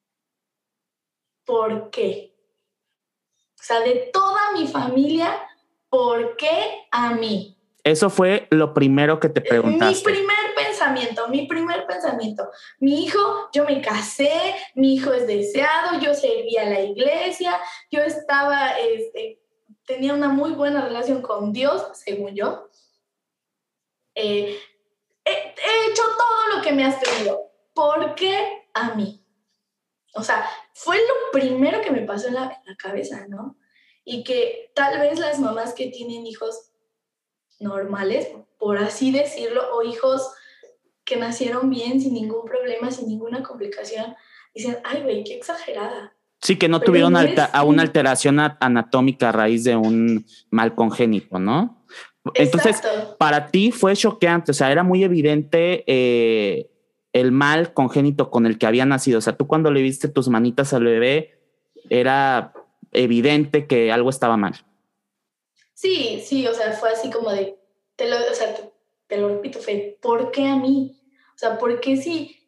¿Por qué? O sea, de toda mi familia, ¿por qué a mí? Eso fue lo primero que te preguntaste. Mi primer pensamiento, mi primer pensamiento. Mi hijo, yo me casé, mi hijo es deseado, yo servía a la iglesia, yo estaba, este, tenía una muy buena relación con Dios, según yo. Eh, he, he hecho todo lo que me has pedido. ¿Por qué a mí? O sea, fue lo primero que me pasó en la, en la cabeza, ¿no? Y que tal vez las mamás que tienen hijos normales, por así decirlo, o hijos que nacieron bien, sin ningún problema, sin ninguna complicación, dicen, ay, güey, qué exagerada. Sí, que no Pero tuvieron no alta, a una alteración anatómica a raíz de un mal congénito, ¿no? Entonces, Exacto. Para ti fue choqueante, o sea, era muy evidente eh, el mal congénito con el que había nacido. O sea, tú cuando le viste tus manitas al bebé, era evidente que algo estaba mal. Sí, sí, o sea, fue así como de, te lo, o sea, te, te lo repito, fue, ¿por qué a mí? O sea, ¿por qué si,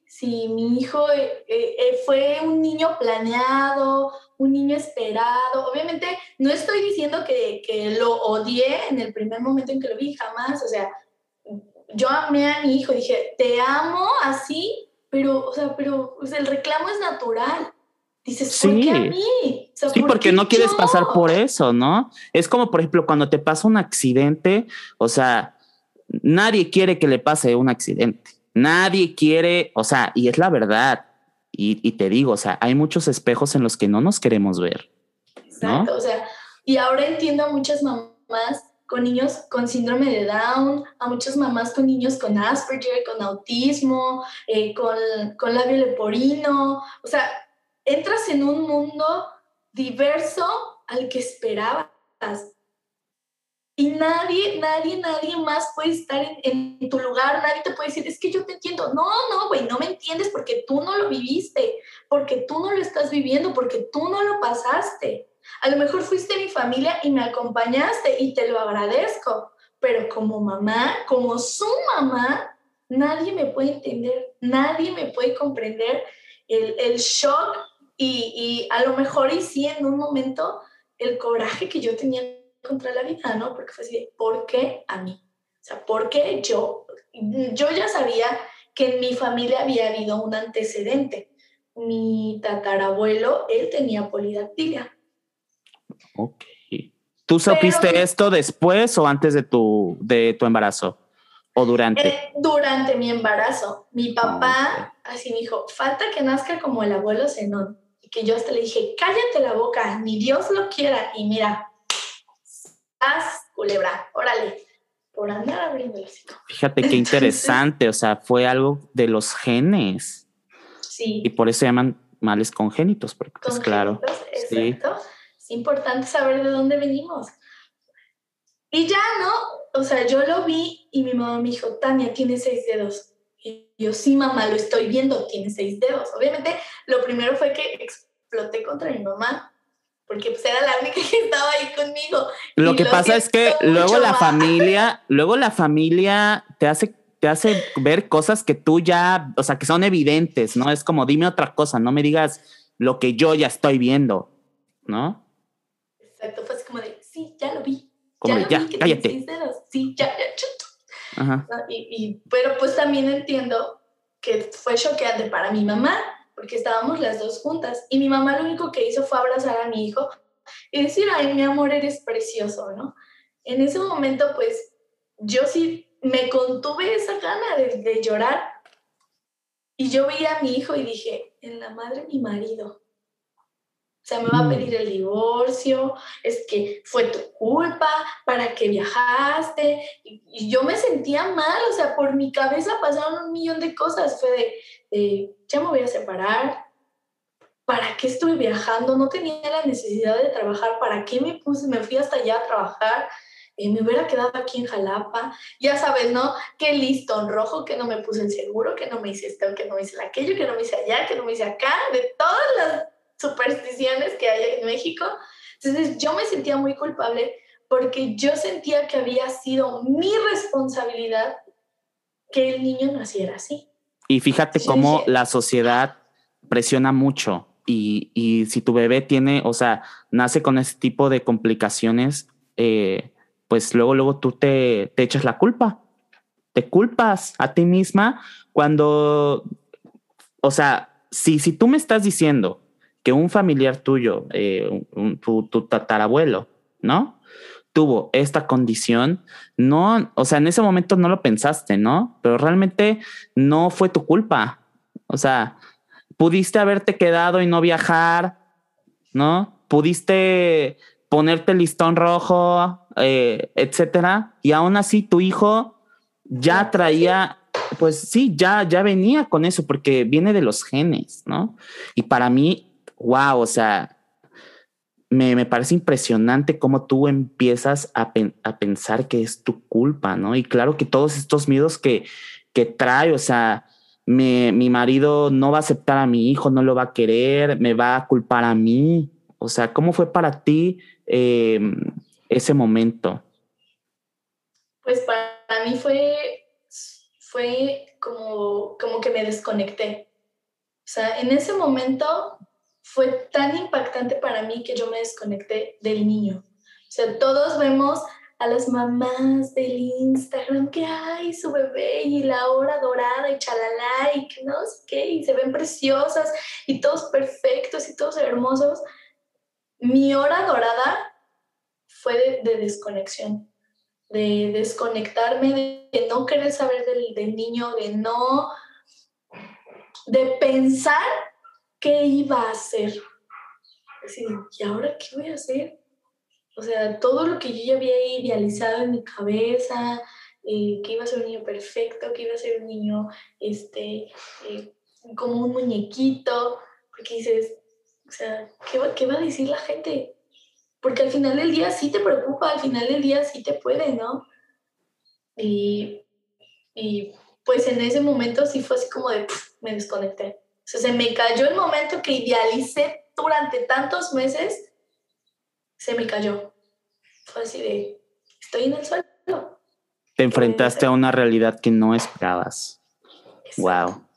si mi hijo eh, eh, fue un niño planeado, un niño esperado. Obviamente no estoy diciendo que, que lo odié en el primer momento en que lo vi, jamás. O sea, yo amé a mi hijo, dije, te amo así, pero, o sea, pero o sea, el reclamo es natural. Dices, Sí. ¿por qué a mí? O sea, Sí, ¿por porque qué no quieres yo? pasar por eso, ¿no? Es como, por ejemplo, cuando te pasa un accidente, o sea, nadie quiere que le pase un accidente. Nadie quiere, o sea, y es la verdad. Y, y te digo, o sea, hay muchos espejos en los que no nos queremos ver, ¿no? Exacto, o sea, y ahora entiendo a muchas mamás con niños con síndrome de Down, a muchas mamás con niños con Asperger, con autismo, eh, con, con labio leporino. O sea, entras en un mundo diverso al que esperabas. Y nadie, nadie, nadie más puede estar en, en tu lugar, nadie te puede decir, es que yo te entiendo. No, no, güey, no me entiendes porque tú no lo viviste, porque tú no lo estás viviendo, porque tú no lo pasaste. A lo mejor fuiste mi familia y me acompañaste y te lo agradezco, pero como mamá, como su mamá, nadie me puede entender, nadie me puede comprender el, el shock y, y a lo mejor y sí en un momento el coraje que yo tenía contra la vida, ¿no? Porque fue así de, ¿por qué a mí? O sea, ¿por qué yo? Yo ya sabía que en mi familia había habido un antecedente. Mi tatarabuelo, él tenía polidactilia. Ok. ¿Tú supiste Pero, esto después o antes de tu, de tu embarazo? ¿O durante? Eh, durante mi embarazo, mi papá Okay. así me dijo, falta que nazca como el abuelo Zenón. Y que yo hasta le dije, cállate la boca, ni Dios lo quiera. Y mira, haz culebra, órale, por andar abriendo el hocico. Fíjate qué Entonces, interesante, o sea, fue algo de los genes. Sí. Y por eso se llaman males congénitos, porque pues claro. Congénitos, exacto. Sí. Es importante saber de dónde venimos. Y ya, ¿no? O sea, yo lo vi y mi mamá me dijo, Tania, tiene seis dedos. Y yo, sí, mamá, lo estoy viendo, tiene seis dedos. Obviamente, lo primero fue que exploté contra mi mamá, porque pues era la única que estaba ahí conmigo. Lo y que lo pasa es que siento luego mucho, la ma. familia, luego la familia te hace, te hace ver cosas que tú ya, o sea, que son evidentes, ¿no? Es como, dime otra cosa, no me digas lo que yo ya estoy viendo, ¿no? Exacto, fue así como de, sí, ya lo vi. Como Ya de, lo ya, vi que cállate. tiene seis dedos. Sí, ya, ya, chuto. Ajá. ¿No? Y, y, pero pues también entiendo que fue choqueante para mi mamá, porque estábamos las dos juntas, y mi mamá lo único que hizo fue abrazar a mi hijo y decir, ay, mi amor, eres precioso, ¿no? En ese momento, pues, yo sí me contuve esa gana de, de llorar, y yo veía a mi hijo y dije, en la madre mi marido. O sea, me va a pedir el divorcio, es que fue tu culpa, ¿para qué viajaste? Y, y yo me sentía mal, o sea, por mi cabeza pasaron un millón de cosas. Fue de, de, ya me voy a separar, ¿para qué estuve viajando? No tenía la necesidad de trabajar, ¿para qué me puse? Me fui hasta allá a trabajar, eh, me hubiera quedado aquí en Jalapa. Ya sabes, ¿no? Qué listón rojo, que no me puse el seguro, que no me hice esto, que no me hice aquello, que no me hice allá, que no me hice acá, de todas las supersticiones que hay en México. Entonces yo me sentía muy culpable porque yo sentía que había sido mi responsabilidad que el niño naciera así. Y fíjate Entonces, cómo dije, la sociedad presiona mucho y, y si tu bebé tiene, o sea, nace con ese tipo de complicaciones, eh, pues luego, luego tú te, te echas la culpa, te culpas a ti misma cuando, o sea, si, si tú me estás diciendo que un familiar tuyo, eh, un, tu, tu tatarabuelo, ¿no? Tuvo esta condición, no, o sea, en ese momento no lo pensaste, ¿no? Pero realmente no fue tu culpa. O sea, pudiste haberte quedado y no viajar, ¿no? Pudiste ponerte listón rojo, eh, etcétera. Y aún así tu hijo ya traía, pues sí, ya, ya venía con eso porque viene de los genes, ¿no? Y para mí, wow, o sea, me, me parece impresionante cómo tú empiezas a, pen, a pensar que es tu culpa, ¿no? Y claro que todos estos miedos que, que trae, o sea, me, mi marido no va a aceptar a mi hijo, no lo va a querer, me va a culpar a mí. O sea, ¿cómo fue para ti eh, ese momento? Pues para mí fue, fue como, como que me desconecté. O sea, en ese momento fue tan impactante para mí que yo me desconecté del niño. O sea, todos vemos a las mamás del Instagram que hay su bebé y la hora dorada y chalala y que no sé qué, y se ven preciosas y todos perfectos y todos hermosos. Mi hora dorada fue de, de desconexión, de desconectarme, de, de no querer saber del, del niño, de no, de pensar qué iba a hacer. Así, ¿y ahora qué voy a hacer? O sea, todo lo que yo ya había idealizado en mi cabeza, eh, que iba a ser un niño perfecto, que iba a ser un niño este, eh, como un muñequito, porque dices, o sea, ¿qué va, ¿qué va a decir la gente? Porque al final del día sí te preocupa, al final del día sí te puede, ¿no? Y, y pues en ese momento sí fue así como de, pff, me desconecté. O sea, se me cayó el momento que idealicé durante tantos meses, se me cayó. Fue así de, estoy en el suelo. Te enfrentaste a una realidad que no esperabas. Exacto. Wow.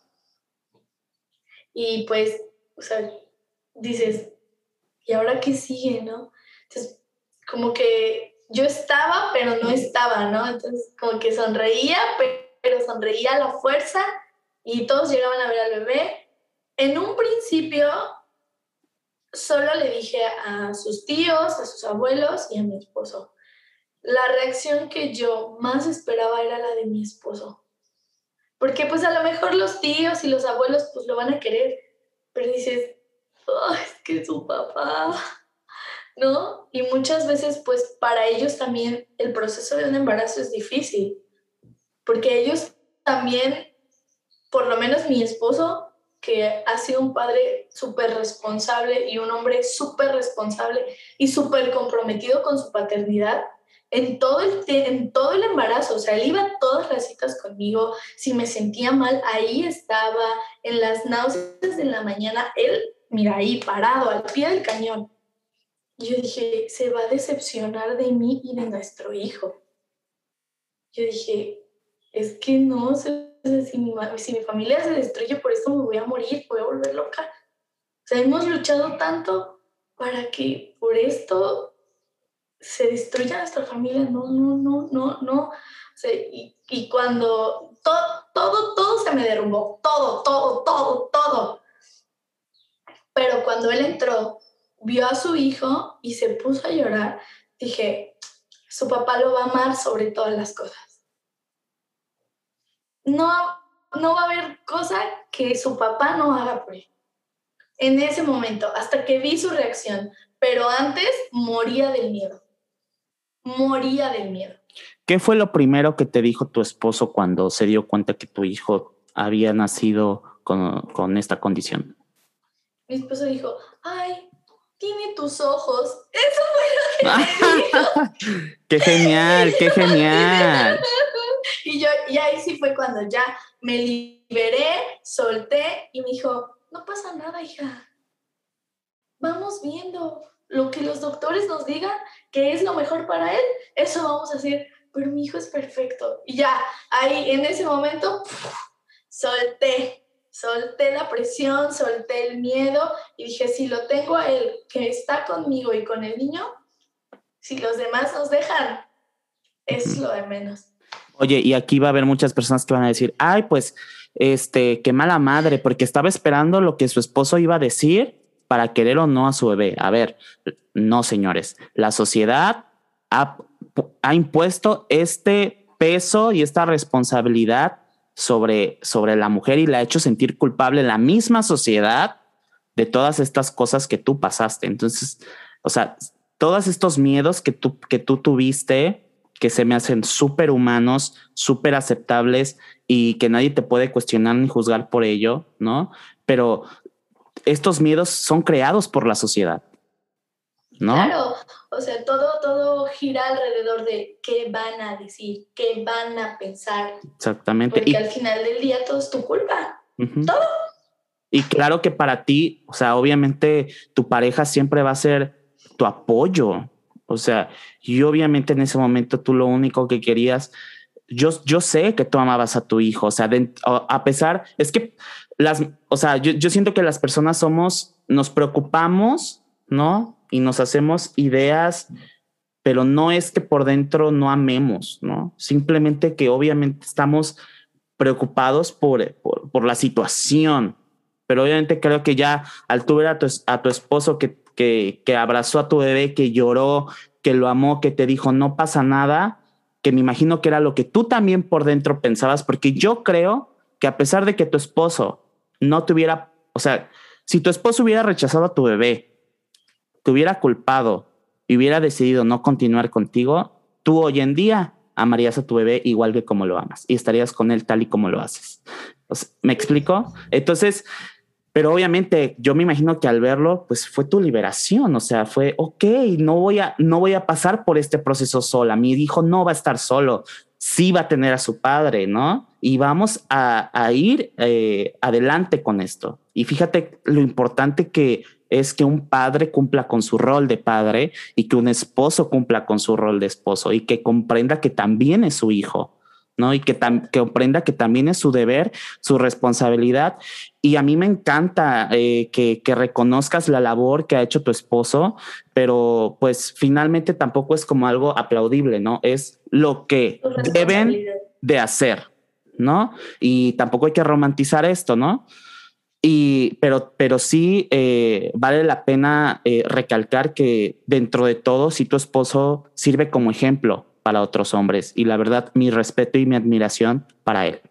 Y pues, o sea, dices, ¿y ahora qué sigue, no? Entonces, como que yo estaba, pero no estaba, ¿no? Entonces, como que sonreía, pero sonreía a la fuerza y todos llegaban a ver al bebé. En un principio, solo le dije a sus tíos, a sus abuelos y a mi esposo. La reacción que yo más esperaba era la de mi esposo. Porque pues a lo mejor los tíos y los abuelos pues lo van a querer, pero dices, oh, es que es su papá, ¿no? Y muchas veces pues para ellos también el proceso de un embarazo es difícil, porque ellos también, por lo menos mi esposo, que ha sido un padre súper responsable y un hombre súper responsable y súper comprometido con su paternidad, en todo, el, en todo el embarazo, o sea, él iba a todas las citas conmigo, si me sentía mal, ahí estaba, en las náuseas de la mañana, él, mira, ahí parado, al pie del cañón. Y yo dije, se va a decepcionar de mí y de nuestro hijo. Yo dije, es que no, o sea, si, mi, si mi familia se destruye por esto me voy a morir, voy a volver loca. O sea, hemos luchado tanto para que por esto se destruya nuestra familia. No, no, no, no, no. O sea, y, y cuando todo, todo, todo se me derrumbó, todo, todo, todo, todo. Pero cuando él entró, vio a su hijo y se puso a llorar, dije, su papá lo va a amar sobre todas las cosas. No, no va a haber cosa que su papá no haga por él. En ese momento, hasta que vi su reacción, pero antes moría del miedo. Moría del miedo. ¿Qué fue lo primero que te dijo tu esposo cuando se dio cuenta que tu hijo había nacido con, con esta condición? Mi esposo dijo, ay, tiene tus ojos. Eso fue lo que me dijo. ¡Qué genial, qué genial! Y yo, y ahí sí fue cuando ya me liberé, solté y me dijo, no pasa nada, hija. Vamos viendo lo que los doctores nos digan que es lo mejor para él, eso vamos a hacer. Pero mi hijo es perfecto. Y ya, ahí en ese momento, pff, solté, solté la presión, solté el miedo y dije, si lo tengo a él, que está conmigo y con el niño, si los demás nos dejan, es lo de menos. Oye, y aquí va a haber muchas personas que van a decir, ay, pues, este, qué mala madre, porque estaba esperando lo que su esposo iba a decir para querer o no a su bebé. A ver, no, señores, la sociedad ha, ha impuesto este peso y esta responsabilidad sobre, sobre la mujer y la ha hecho sentir culpable la misma sociedad de todas estas cosas que tú pasaste. Entonces, o sea, todos estos miedos que tú, que tú tuviste, que se me hacen súper humanos, súper aceptables y que nadie te puede cuestionar ni juzgar por ello, ¿no? Pero estos miedos son creados por la sociedad, ¿no? Claro, o sea, todo, todo gira alrededor de qué van a decir, qué van a pensar. Exactamente. Porque y, al final del día todo es tu culpa. Uh-huh. Todo. Y claro que para ti, o sea, obviamente tu pareja siempre va a ser tu apoyo. O sea, y obviamente en ese momento tú lo único que querías, yo, yo sé que tú amabas a tu hijo, o sea, de, a pesar, es que las, o sea, yo, yo siento que las personas somos, nos preocupamos, ¿no? Y nos hacemos ideas, pero no es que por dentro no amemos, ¿no? Simplemente que obviamente estamos preocupados por, por, por la situación, pero obviamente creo que ya al tú ver a tu, a tu esposo que, que, que abrazó a tu bebé, que lloró, que lo amó, que te dijo no pasa nada, que me imagino que era lo que tú también por dentro pensabas, porque yo creo que a pesar de que tu esposo no te hubiera, o sea, si tu esposo hubiera rechazado a tu bebé, te hubiera culpado y hubiera decidido no continuar contigo, tú hoy en día amarías a tu bebé igual que como lo amas y estarías con él tal y como lo haces. O sea, ¿me explico? Entonces, pero obviamente yo me imagino que al verlo, pues fue tu liberación. O sea, fue, ok, no voy a, no voy a pasar por este proceso sola. Mi hijo no va a estar solo. Sí va a tener a su padre, ¿no? Y vamos a, a ir eh, adelante con esto. Y fíjate lo importante que es que un padre cumpla con su rol de padre y que un esposo cumpla con su rol de esposo y que comprenda que también es su hijo, ¿no? Y que, tam- que comprenda que también es su deber, su responsabilidad. Y a mí me encanta eh, que, que reconozcas la labor que ha hecho tu esposo, pero pues finalmente tampoco es como algo aplaudible, ¿no? Es lo que deben de hacer, ¿no? Y tampoco hay que romantizar esto, ¿no? Y, pero, pero sí eh, vale la pena eh, recalcar que dentro de todo, sí tu esposo sirve como ejemplo para otros hombres. Y la verdad, mi respeto y mi admiración para él.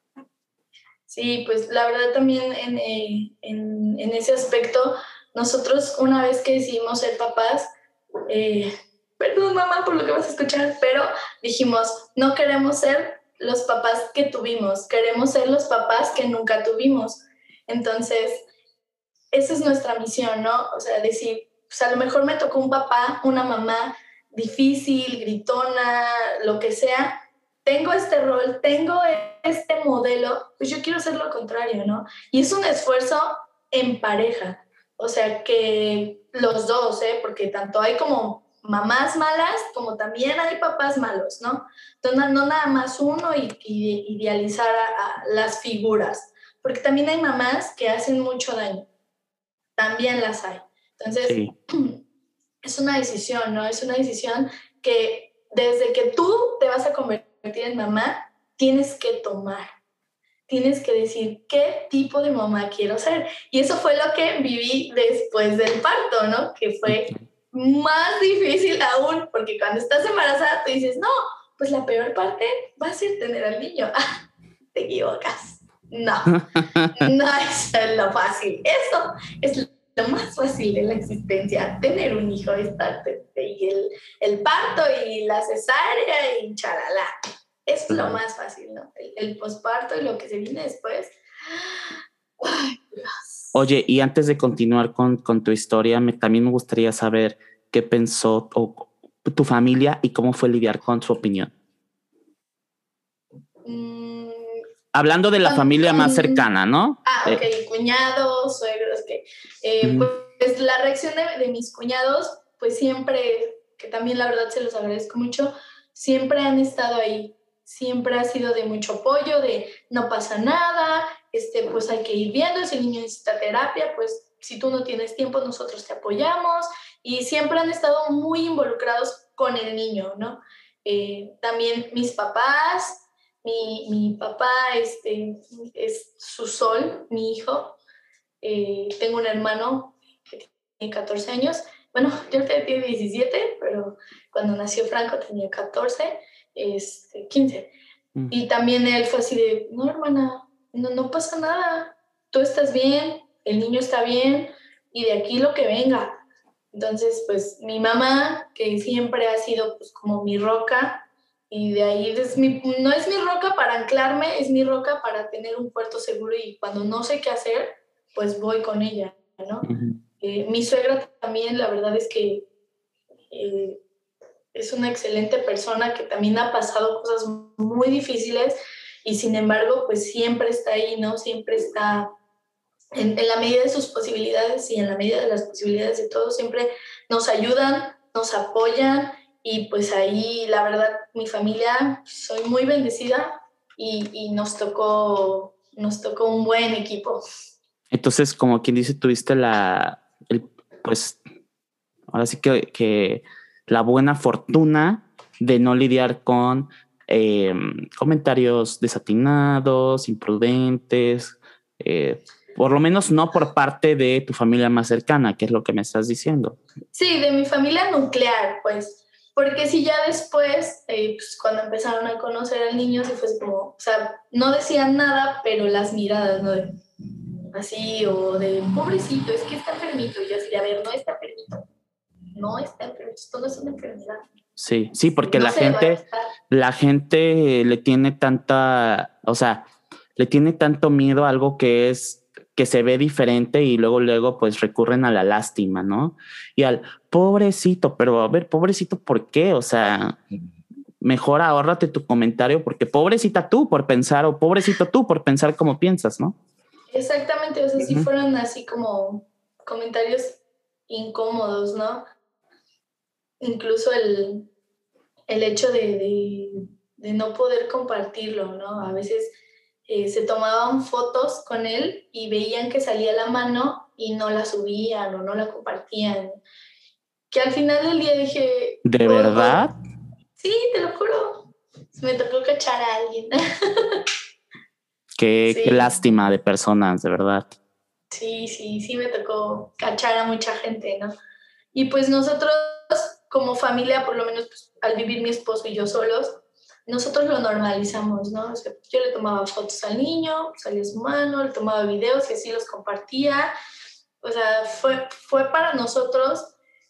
Sí, pues la verdad también en, eh, en, en ese aspecto, nosotros una vez que decidimos ser papás, eh, perdón mamá por lo que vas a escuchar, pero dijimos, no queremos ser los papás que tuvimos, queremos ser los papás que nunca tuvimos. Entonces, esa es nuestra misión, ¿no? O sea, decir, pues a lo mejor me tocó un papá, una mamá difícil, gritona, lo que sea, tengo este rol, tengo este modelo, pues yo quiero hacer lo contrario, ¿no? Y es un esfuerzo en pareja, o sea, que los dos, ¿eh? Porque tanto hay como mamás malas, como también hay papás malos, ¿no? Entonces, no nada más uno y, y idealizar a, a las figuras, porque también hay mamás que hacen mucho daño, también las hay. Entonces, sí. Es una decisión, ¿no? Es una decisión que desde que tú te vas a convertir en mamá, tienes que tomar. Tienes que decir qué tipo de mamá quiero ser. Y eso fue lo que viví después del parto, ¿no? Que fue más difícil aún, porque cuando estás embarazada, tú dices, no, pues la peor parte va a ser tener al niño. Ah, te equivocas. No, no es lo fácil. Eso es lo más fácil de la existencia, tener un hijo, estar, y el, el parto y la cesárea y charalá. Es lo más fácil, ¿no? El, el posparto y lo que se viene después. Ay, Dios. Oye, y antes de continuar con, con tu historia, me, también me gustaría saber qué pensó o, tu familia y cómo fue lidiar con su opinión. Mm, Hablando de la con, familia con, más cercana, ¿no? Ah, ok, eh. cuñados, suegros, ok. Eh, mm. Pues la reacción de, de mis cuñados, pues siempre, que también la verdad se los agradezco mucho, siempre han estado ahí. Siempre ha sido de mucho apoyo, de no pasa nada, este, pues hay que ir viendo, si el niño necesita terapia, pues si tú no tienes tiempo, nosotros te apoyamos, y siempre han estado muy involucrados con el niño, ¿no? Eh, también mis papás, mi, mi papá este, es su sol, mi hijo, eh, tengo un hermano que tiene catorce años, bueno, yo tiene diecisiete, pero cuando nació Franco tenía catorce, Este, quince. Mm. Y también él fue así de, no, hermana, no, no pasa nada, tú estás bien, el niño está bien, y de aquí lo que venga. Entonces, pues, mi mamá, que siempre ha sido, pues, como mi roca, y de ahí es mi, no es mi roca para anclarme, es mi roca para tener un puerto seguro, y cuando no sé qué hacer, pues voy con ella, ¿no? Uh-huh. Eh, mi suegra también, la verdad es que eh, es una excelente persona que también ha pasado cosas muy difíciles y sin embargo, pues siempre está ahí, ¿no? Siempre está en, en la medida de sus posibilidades y en la medida de las posibilidades de todos, siempre nos ayudan, nos apoyan y pues ahí la verdad mi familia, soy muy bendecida y, y nos tocó, nos tocó un buen equipo. Entonces, como quien dice, tuviste la, el, pues, ahora sí que, que la buena fortuna de no lidiar con eh, comentarios desatinados, imprudentes, eh, por lo menos no por parte de tu familia más cercana, que es lo que me estás diciendo. Sí, de mi familia nuclear, pues, porque si ya después, eh, pues, cuando empezaron a conocer al niño, sí fue como, o sea, no decían nada, pero las miradas, ¿no? De, así, o de, pobrecito, es que está enfermito, y yo así, a ver, no está enfermito, no está enfermito, esto no es una enfermedad. Sí, sí, porque No la gente, la gente le tiene tanta, o sea, le tiene tanto miedo a algo que es, que se ve diferente y luego, luego, pues recurren a la lástima, ¿no? Y al pobrecito, pero a ver, pobrecito, ¿por qué? O sea, mejor ahórrate tu comentario porque pobrecita tú por pensar o pobrecito tú por pensar como piensas, ¿no? Exactamente, o sea, Uh-huh. si fueron así como comentarios incómodos, ¿no? Incluso el, el hecho de, de, de no poder compartirlo, ¿no? A veces eh, se tomaban fotos con él y veían que salía la mano y no la subían o no la compartían. Que al final del día dije... ¿De oh, verdad? Oh, sí, te lo juro. Me tocó cachar a alguien. Qué, sí. qué lástima de personas, de verdad. Sí, sí, sí me tocó cachar a mucha gente, ¿no? Y pues nosotros, como familia, por lo menos pues, al vivir mi esposo y yo solos, nosotros lo normalizamos, ¿no? O sea, yo le tomaba fotos al niño, salía su mano, le tomaba videos y así los compartía. O sea, fue, fue para nosotros,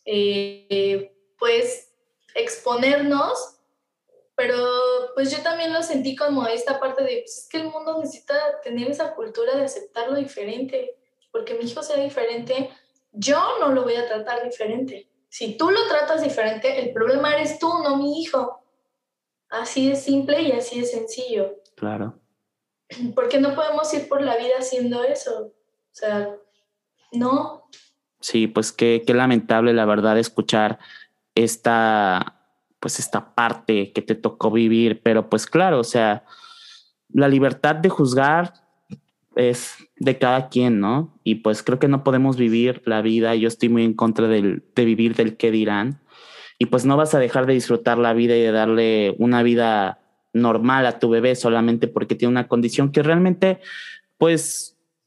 eh, pues, exponernos, pero pues yo también lo sentí como esta parte de, pues, es que el mundo necesita tener esa cultura de aceptar lo diferente, porque mi hijo sea diferente, yo no lo voy a tratar diferente. Si tú lo tratas diferente, el problema eres tú, no mi hijo. Así de simple y así de sencillo. Claro. Porque no podemos ir por la vida haciendo eso. O sea, no. Sí, pues qué, qué lamentable, la verdad, escuchar esta, pues esta parte que te tocó vivir, pero pues claro, o sea, la libertad de juzgar es de cada quien, ¿no? Y pues creo que no podemos vivir la vida, yo estoy muy en contra del, de vivir del qué dirán, y pues no vas a dejar de disfrutar la vida y de darle una vida normal a tu bebé solamente porque tiene una condición que realmente, pues...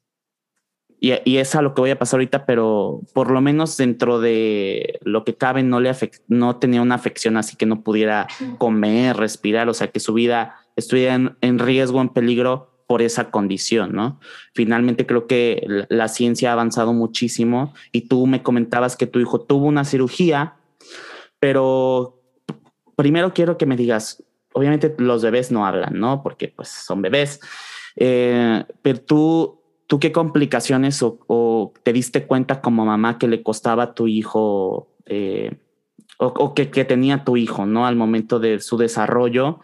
Y, y es a lo que voy a pasar ahorita, pero por lo menos dentro de lo que cabe no, le afect, no tenía una afección así que no pudiera comer, respirar, o sea, que su vida estuviera en, en riesgo, en peligro por esa condición, ¿no? Finalmente creo que la, la ciencia ha avanzado muchísimo y tú me comentabas que tu hijo tuvo una cirugía, pero primero quiero que me digas, obviamente los bebés no hablan, ¿no? Porque pues son bebés, eh, pero tú... ¿Tú qué complicaciones o, o te diste cuenta como mamá que le costaba a tu hijo eh, o, o que, que tenía tu hijo, ¿no? Al momento de su desarrollo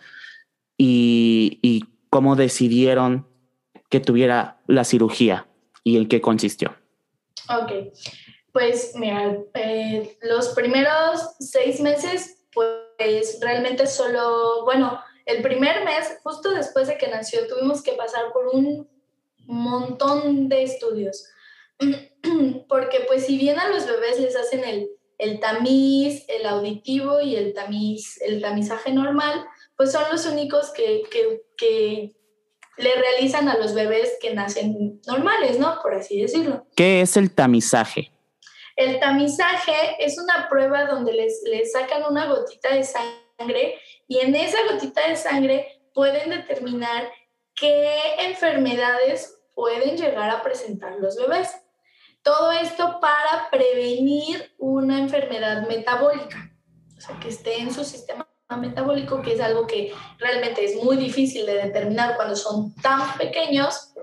y, y cómo decidieron que tuviera la cirugía y en qué consistió? Ok, pues mira, eh, los primeros seis meses, pues realmente solo, bueno, el primer mes, justo después de que nació, tuvimos que pasar por un montón de estudios, porque pues si bien a los bebés les hacen el, el tamiz, el auditivo y el tamiz, el tamizaje normal, pues son los únicos que, que, que le realizan a los bebés que nacen normales, ¿no? Por así decirlo. ¿Qué es el tamizaje? El tamizaje es una prueba donde les, les sacan una gotita de sangre y en esa gotita de sangre pueden determinar qué enfermedades pueden llegar a presentar los bebés. Todo esto para prevenir una enfermedad metabólica, o sea, que esté en su sistema metabólico, que es algo que realmente es muy difícil de determinar cuando son tan pequeños,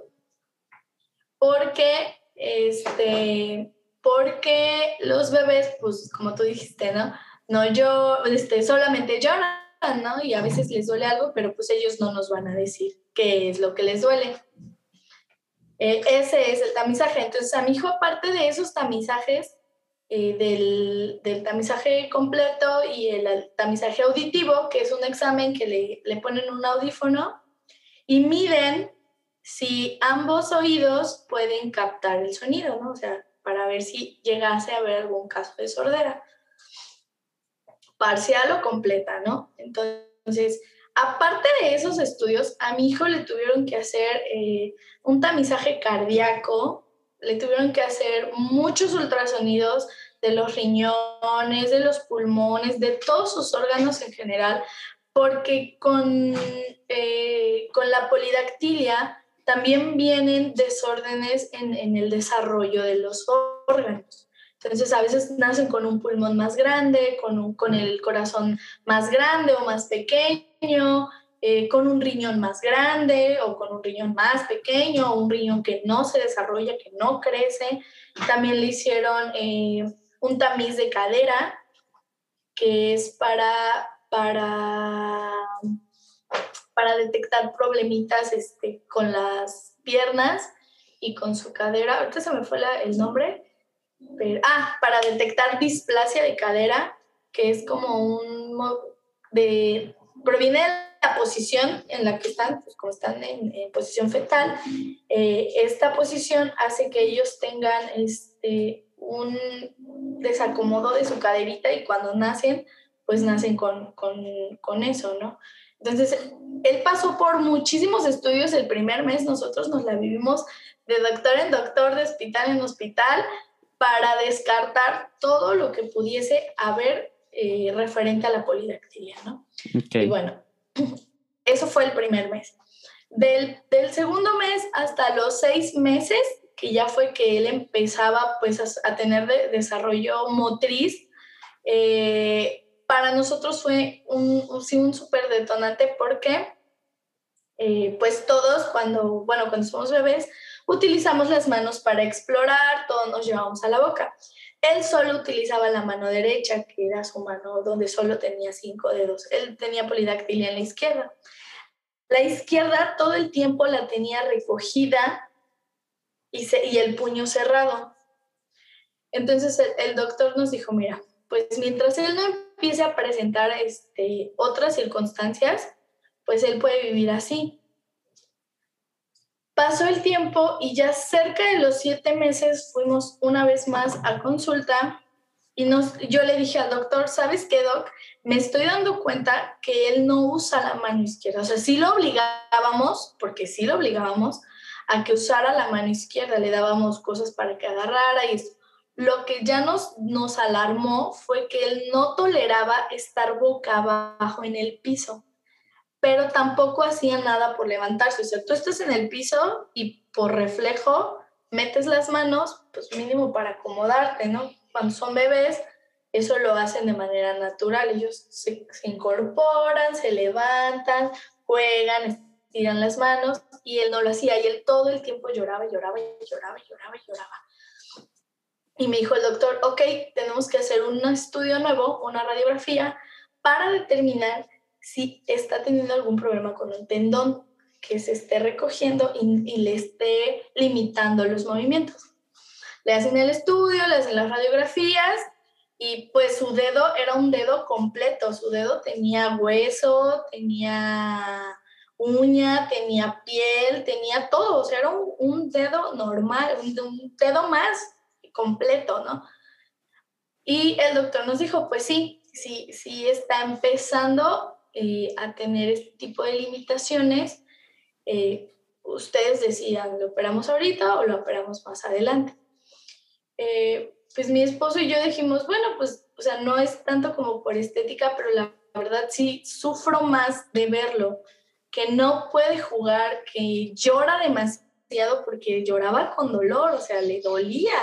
porque, este, porque los bebés, pues como tú dijiste, ¿no? No yo, este, solamente lloran, ¿no? Y a veces les duele algo, pero pues ellos no nos van a decir qué es lo que les duele. Eh, ese es el tamizaje. Entonces, a mi hijo, aparte de esos tamizajes, eh, del, del tamizaje completo y el tamizaje auditivo, que es un examen que le, le ponen un audífono y miden si ambos oídos pueden captar el sonido, ¿no? O sea, para ver si llegase a haber algún caso de sordera, parcial o completa, ¿no? Entonces, aparte de esos estudios, a mi hijo le tuvieron que hacer eh, un tamizaje cardíaco, le tuvieron que hacer muchos ultrasonidos de los riñones, de los pulmones, de todos sus órganos en general, porque con, eh, con la polidactilia también vienen desórdenes en, en el desarrollo de los órganos. Entonces, a veces nacen con un pulmón más grande, con, un, con el corazón más grande o más pequeño, eh, con un riñón más grande o con un riñón más pequeño, o un riñón que no se desarrolla, que no crece. También le hicieron eh, un tamiz de cadera, que es para, para, para detectar problemitas este, con las piernas y con su cadera. Ahorita se me fue la, el nombre. Pero, ah, para detectar displasia de cadera, que es como un... De, proviene de la posición en la que están, pues como están en, en posición fetal. Eh, esta posición hace que ellos tengan este, un desacomodo de su caderita y cuando nacen, pues nacen con, con, con eso, ¿no? Entonces, él pasó por muchísimos estudios el primer mes, nosotros nos la vivimos de doctor en doctor, de hospital en hospital, para descartar todo lo que pudiese haber eh, referente a la polidactilia, ¿no? Okay. Y bueno, eso fue el primer mes. Del, del segundo mes hasta los seis meses, que ya fue que él empezaba pues, a, a tener de, desarrollo motriz, eh, para nosotros fue un, un, sí, un súper detonante porque eh, pues todos cuando, bueno, cuando somos bebés, utilizamos las manos para explorar, todos nos llevamos a la boca. Él solo utilizaba la mano derecha, que era su mano donde solo tenía cinco dedos. Él tenía polidactilia en la izquierda. La izquierda todo el tiempo la tenía recogida y, se, y el puño cerrado. Entonces el, el doctor nos dijo, mira, pues mientras él no empiece a presentar este, otras circunstancias, pues él puede vivir así. Pasó el tiempo y ya cerca de los siete meses fuimos una vez más a consulta y nos, yo le dije al doctor, ¿sabes qué, doc? Me estoy dando cuenta que él no usa la mano izquierda. O sea, sí lo obligábamos, porque sí lo obligábamos, a que usara la mano izquierda. Le dábamos cosas para que agarrara y eso. Lo que ya nos, nos alarmó fue que él no toleraba estar boca abajo en el piso, pero tampoco hacía nada por levantarse. O sea, tú estás en el piso y por reflejo metes las manos, pues mínimo para acomodarte, ¿no? Cuando son bebés, eso lo hacen de manera natural. Ellos se, se incorporan, se levantan, juegan, estiran las manos, y él no lo hacía. Y él todo el tiempo lloraba, lloraba, lloraba, lloraba, lloraba. Y me dijo el doctor, ok, tenemos que hacer un estudio nuevo, una radiografía, para determinar si está teniendo algún problema con un tendón que se esté recogiendo y, y le esté limitando los movimientos. Le hacen el estudio, le hacen las radiografías y pues su dedo era un dedo completo. Su dedo tenía hueso, tenía uña, tenía piel, tenía todo. O sea, era un, un dedo normal, un, un dedo más completo, ¿no? Y el doctor nos dijo, pues sí, sí, sí está empezando Eh, a tener este tipo de limitaciones. Eh, ustedes decidan, ¿lo operamos ahorita o lo operamos más adelante? Eh, pues mi esposo y yo dijimos, bueno, pues, o sea, no es tanto como por estética, pero la verdad sí sufro más de verlo, que no puede jugar, que llora demasiado porque lloraba con dolor, o sea, le dolía.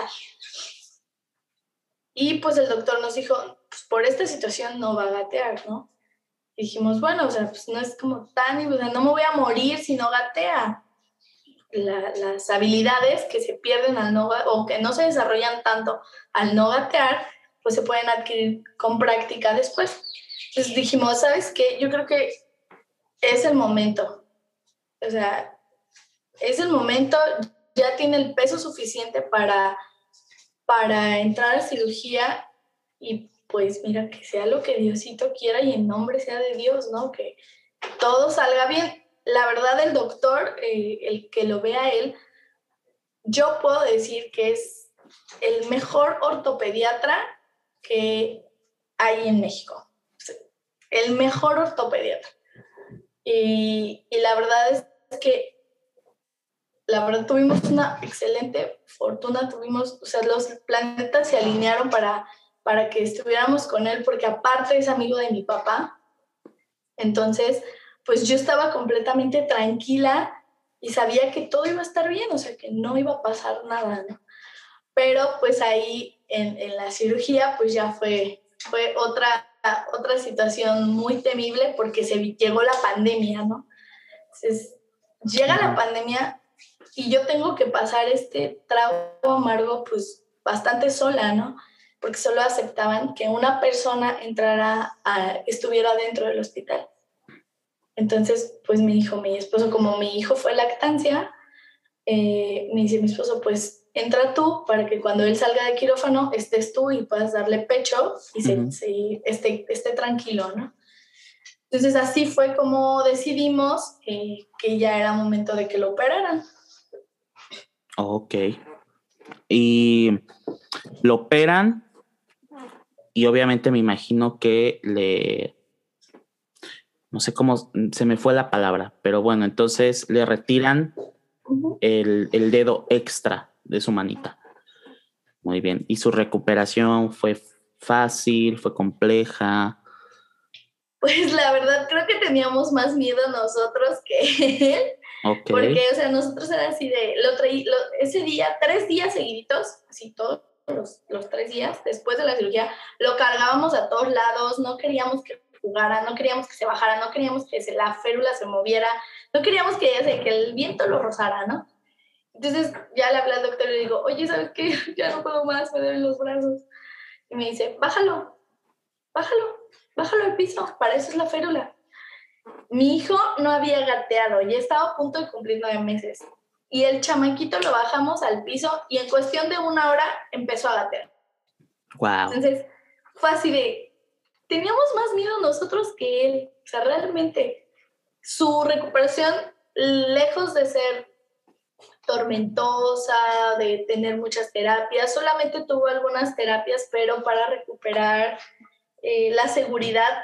Y pues el doctor nos dijo, pues por esta situación no va a gatear, ¿no? Y dijimos, bueno, o sea, pues no es como tan, o sea, no me voy a morir si no gatea. La, las habilidades que se pierden al no, o que no se desarrollan tanto al no gatear, pues se pueden adquirir con práctica después. Entonces dijimos, ¿sabes qué? Yo creo que es el momento. O sea, es el momento, ya tiene el peso suficiente para para entrar a cirugía y pues mira, que sea lo que Diosito quiera y en nombre sea de Dios, ¿no? Que todo salga bien. La verdad, el doctor, eh, el que lo vea él, yo puedo decir que es el mejor ortopediatra que hay en México. El mejor ortopediatra. Y, y la verdad es que la verdad tuvimos una excelente fortuna, tuvimos, o sea, los planetas se alinearon para, para que estuviéramos con él, porque aparte es amigo de mi papá. Entonces, pues yo estaba completamente tranquila y sabía que todo iba a estar bien, o sea, que no iba a pasar nada, ¿no? Pero pues ahí en, en la cirugía, pues ya fue, fue otra, otra situación muy temible porque se llegó la pandemia, ¿no? Entonces, llega la pandemia y yo tengo que pasar este trago amargo pues bastante sola, ¿no? Porque solo aceptaban que una persona entrara, a, estuviera dentro del hospital. Entonces, pues me dijo mi esposo, como mi hijo fue lactancia, eh, me dice mi esposo, pues entra tú para que cuando él salga de quirófano estés tú y puedas darle pecho y se, uh-huh. se, esté, esté tranquilo, ¿no? Entonces así fue como decidimos eh, que ya era momento de que lo operaran. Ok. Y lo operan y obviamente me imagino que le... No sé cómo se me fue la palabra, pero bueno, entonces le retiran uh-huh. el, el dedo extra de su manita. Muy bien. ¿Y su recuperación fue fácil, fue compleja? Pues la verdad creo que teníamos más miedo nosotros que él. Okay. Porque, o sea, nosotros era así de, lo traí, lo, ese día, tres días seguiditos, así todos los, los tres días después de la cirugía, lo cargábamos a todos lados, no queríamos que jugara, no queríamos que se bajara, no queríamos que se, la férula se moviera, no queríamos que, o sea, que el viento lo rozara, ¿no? Entonces ya le hablé al doctor y le digo, oye, ¿sabes qué? Ya no puedo más, me duelen los brazos. Y me dice, bájalo, bájalo, bájalo al piso, para eso es la férula. Mi hijo no había gateado, ya estaba a punto de cumplir nueve meses. Y el chamaquito lo bajamos al piso y en cuestión de una hora empezó a gatear. Wow. Entonces fue así de, teníamos más miedo nosotros que él. O sea, realmente su recuperación, lejos de ser tormentosa, de tener muchas terapias, solamente tuvo algunas terapias, pero para recuperar eh, la seguridad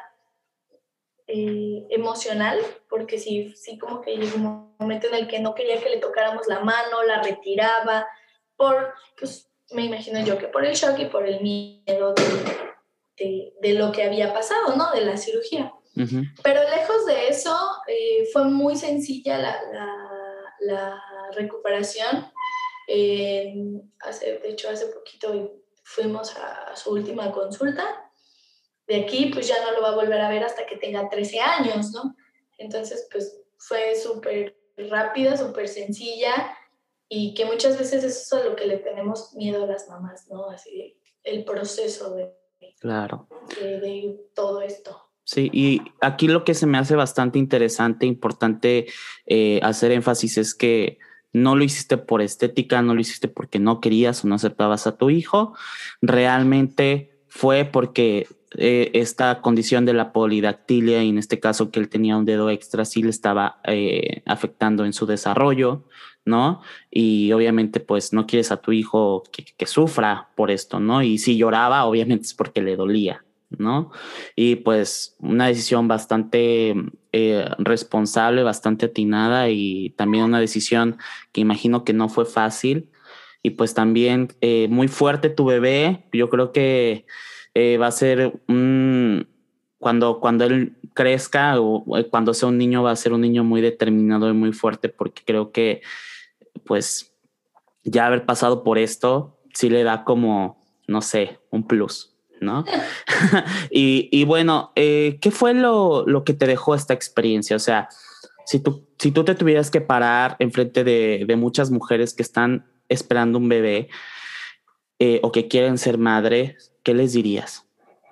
eh, emocional, porque sí, sí como que llegó un momento en el que no quería que le tocáramos la mano, la retiraba, por, pues me imagino yo que por el shock y por el miedo de, de, de lo que había pasado, ¿no? De la cirugía. Uh-huh. Pero lejos de eso, eh, fue muy sencilla la, la, la recuperación. Eh, hace, de hecho, hace poquito fuimos a, a su última consulta. De aquí, pues ya no lo va a volver a ver hasta que tenga trece años, ¿no? Entonces, pues fue súper rápida, súper sencilla y que muchas veces eso es a lo que le tenemos miedo a las mamás, ¿no? Así, el proceso de, claro. de, de todo esto. Sí, y aquí lo que se me hace bastante interesante, importante eh, hacer énfasis es que no lo hiciste por estética, no lo hiciste porque no querías o no aceptabas a tu hijo, realmente fue porque eh, esta condición de la polidactilia, y en este caso que él tenía un dedo extra, sí le estaba eh, afectando en su desarrollo, ¿no? Y obviamente pues no quieres a tu hijo que, que sufra por esto, ¿no? Y si lloraba, obviamente es porque le dolía, ¿no? Y pues una decisión bastante eh, responsable, bastante atinada y también una decisión que imagino que no fue fácil y pues también eh, muy fuerte tu bebé. Yo creo que eh, va a ser un, cuando, cuando él crezca o cuando sea un niño va a ser un niño muy determinado y muy fuerte porque creo que pues ya haber pasado por esto sí le da como, no sé, un plus, ¿no? y, y bueno, eh, ¿qué fue lo, lo que te dejó esta experiencia? O sea, si tú, si tú te tuvieras que parar enfrente de, de muchas mujeres que están esperando un bebé eh, o que quieren ser madres, ¿qué les dirías?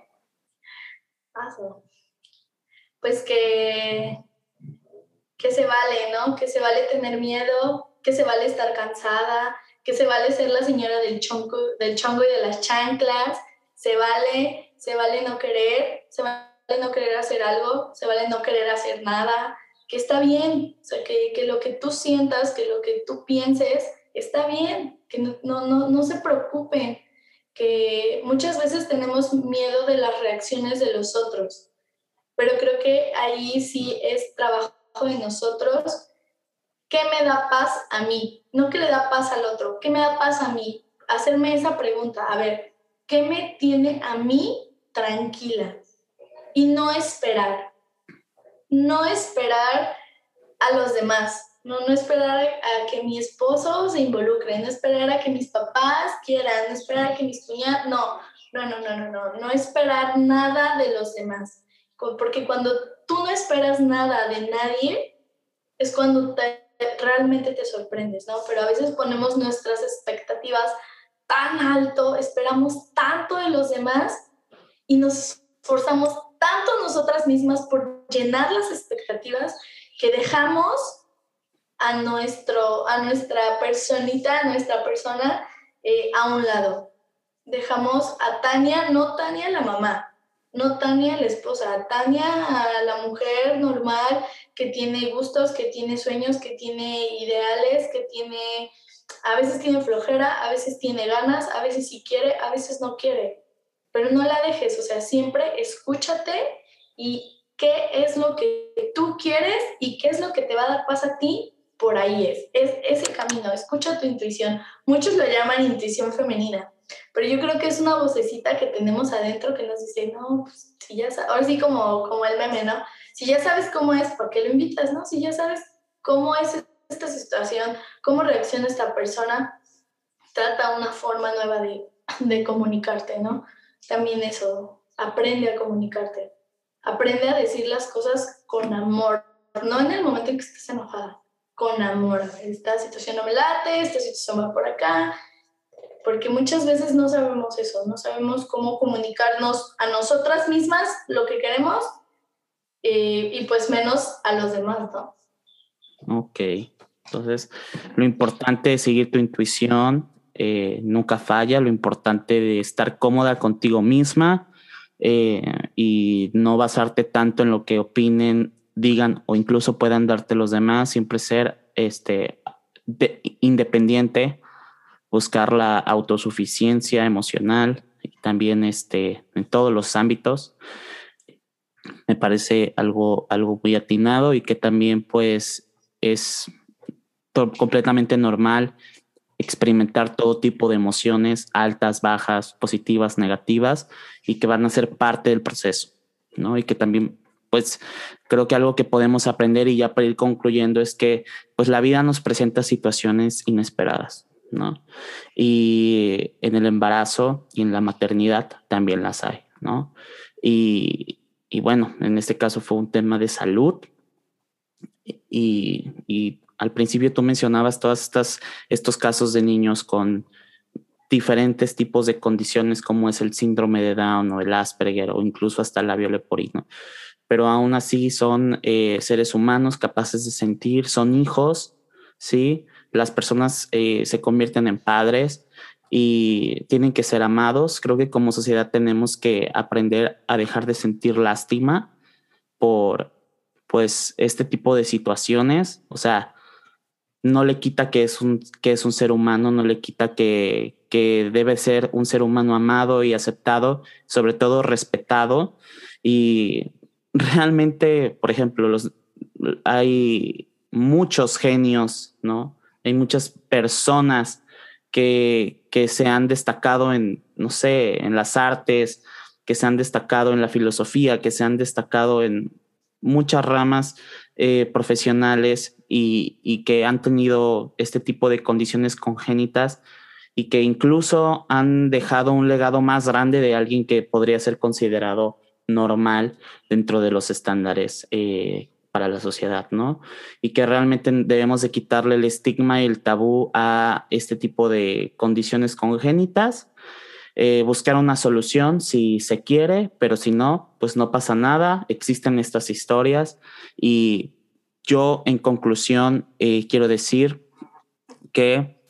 Pues que, que se vale, ¿no? Que se vale tener miedo, que se vale estar cansada, que se vale ser la señora del chongo, del chongo y de las chanclas, se vale, se vale no querer, se vale no querer hacer algo, se vale no querer hacer nada, que está bien, o sea, que, que lo que tú sientas, que lo que tú pienses, está bien, que no, no, no, no se preocupen, que muchas veces tenemos miedo de las reacciones de los otros, pero creo que ahí sí es trabajo de nosotros. ¿Qué me da paz a mí? No que le da paz al otro, ¿qué me da paz a mí? Hacerme esa pregunta, a ver, ¿qué me tiene a mí tranquila? Y no esperar, no esperar a los demás, no, no esperar a que mi esposo se involucre, no esperar a que mis papás quieran, no esperar a que mis cuñadas, no, no, no, no, no, no, no esperar nada de los demás, porque cuando tú no esperas nada de nadie, es cuando te, realmente te sorprendes, ¿no? Pero a veces ponemos nuestras expectativas tan alto, esperamos tanto de los demás y nos esforzamos tanto nosotras mismas por llenar las expectativas que dejamos a, nuestro, a nuestra personita, a nuestra persona eh, a un lado. Dejamos a Tania, no Tania la mamá, no Tania la esposa, a Tania a la mujer normal que tiene gustos, que tiene sueños, que tiene ideales, que tiene, a veces tiene flojera, a veces tiene ganas, a veces sí quiere, a veces no quiere. Pero no la dejes, o sea, siempre escúchate y qué es lo que tú quieres y qué es lo que te va a dar paz a ti, por ahí es, es ese camino, escucha tu intuición. Muchos lo llaman intuición femenina, pero yo creo que es una vocecita que tenemos adentro que nos dice, no, pues si ya sabes, ahora sí como, como el meme, ¿no? Si ya sabes cómo es, ¿por qué lo invitas, no? Si ya sabes cómo es esta situación, cómo reacciona esta persona, trata una forma nueva de, de comunicarte, ¿no? También eso, aprende a comunicarte, aprende a decir las cosas con amor, no en el momento en que estés enojada, con amor. Esta situación no me late, esta situación va por acá, porque muchas veces no sabemos eso, no sabemos cómo comunicarnos a nosotras mismas lo que queremos eh, y pues menos a los demás, ¿no? Ok, entonces lo importante es seguir tu intuición, eh, nunca falla, lo importante de estar cómoda contigo misma eh, y no basarte tanto en lo que opinen, digan o incluso puedan darte los demás, siempre ser este, de, independiente, buscar la autosuficiencia emocional y también este, en todos los ámbitos. Me parece algo, algo muy atinado y que también pues es to- completamente normal experimentar todo tipo de emociones, altas, bajas, positivas, negativas, y que van a ser parte del proceso, ¿no? Y que también, pues, creo que algo que podemos aprender y ya para ir concluyendo es que, pues, la vida nos presenta situaciones inesperadas, ¿no? Y en el embarazo y en la maternidad también las hay, ¿no? Y, y bueno, en este caso fue un tema de salud y, y al principio tú mencionabas todos estas, estos casos de niños con diferentes tipos de condiciones como es el síndrome de Down o el Asperger o incluso hasta el labio leporino. Pero aún así son eh, seres humanos capaces de sentir, son hijos, ¿sí? Las personas eh, se convierten en padres y tienen que ser amados. Creo que como sociedad tenemos que aprender a dejar de sentir lástima por, pues, este tipo de situaciones. O sea, no le quita que es un, que es un ser humano, no le quita que, que debe ser un ser humano amado y aceptado, sobre todo respetado. Y realmente, por ejemplo, los, hay muchos genios, ¿no? Hay muchas personas que, que se han destacado en, no sé, en las artes, que se han destacado en la filosofía, que se han destacado en muchas ramas eh, profesionales y, y que han tenido este tipo de condiciones congénitas y que incluso han dejado un legado más grande de alguien que podría ser considerado normal dentro de los estándares eh, para la sociedad, ¿no? Y que realmente debemos de quitarle el estigma y el tabú a este tipo de condiciones congénitas, eh, buscar una solución si se quiere, pero si no, pues no pasa nada, existen estas historias y yo en conclusión eh, quiero decir que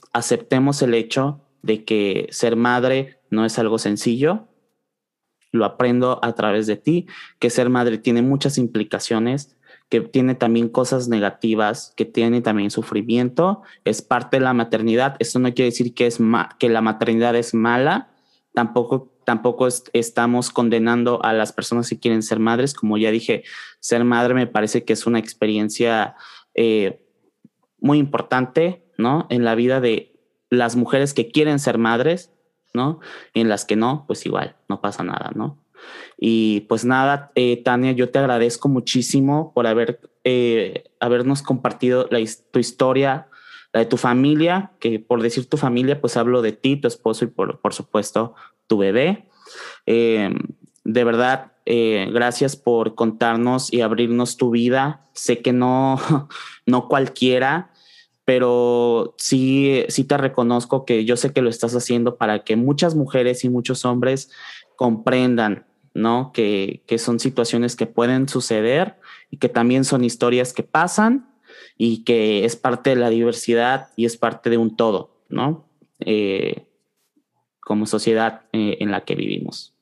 aceptemos el hecho de que ser madre no es algo sencillo. Lo aprendo a través de ti, que ser madre tiene muchas implicaciones, que tiene también cosas negativas, que tiene también sufrimiento, es parte de la maternidad. Esto no quiere decir que, es ma- que la maternidad es mala, tampoco, tampoco es, estamos condenando a las personas que quieren ser madres. Como ya dije, ser madre me parece que es una experiencia eh, muy importante, ¿no? En la vida de las mujeres que quieren ser madres, ¿no? Y en las que no, pues igual, no pasa nada, ¿no? Y pues nada, eh, Tania, yo te agradezco muchísimo por haber, eh, habernos compartido la, tu historia, la de tu familia, que por decir tu familia, pues hablo de ti, tu esposo y por, por supuesto tu bebé. Eh, de verdad, eh, gracias por contarnos y abrirnos tu vida. Sé que no, no cualquiera, pero sí, sí te reconozco que yo sé que lo estás haciendo para que muchas mujeres y muchos hombres comprendan, ¿no? Que, que son situaciones que pueden suceder y que también son historias que pasan y que es parte de la diversidad y es parte de un todo, ¿no? Eh, como sociedad eh, en la que vivimos.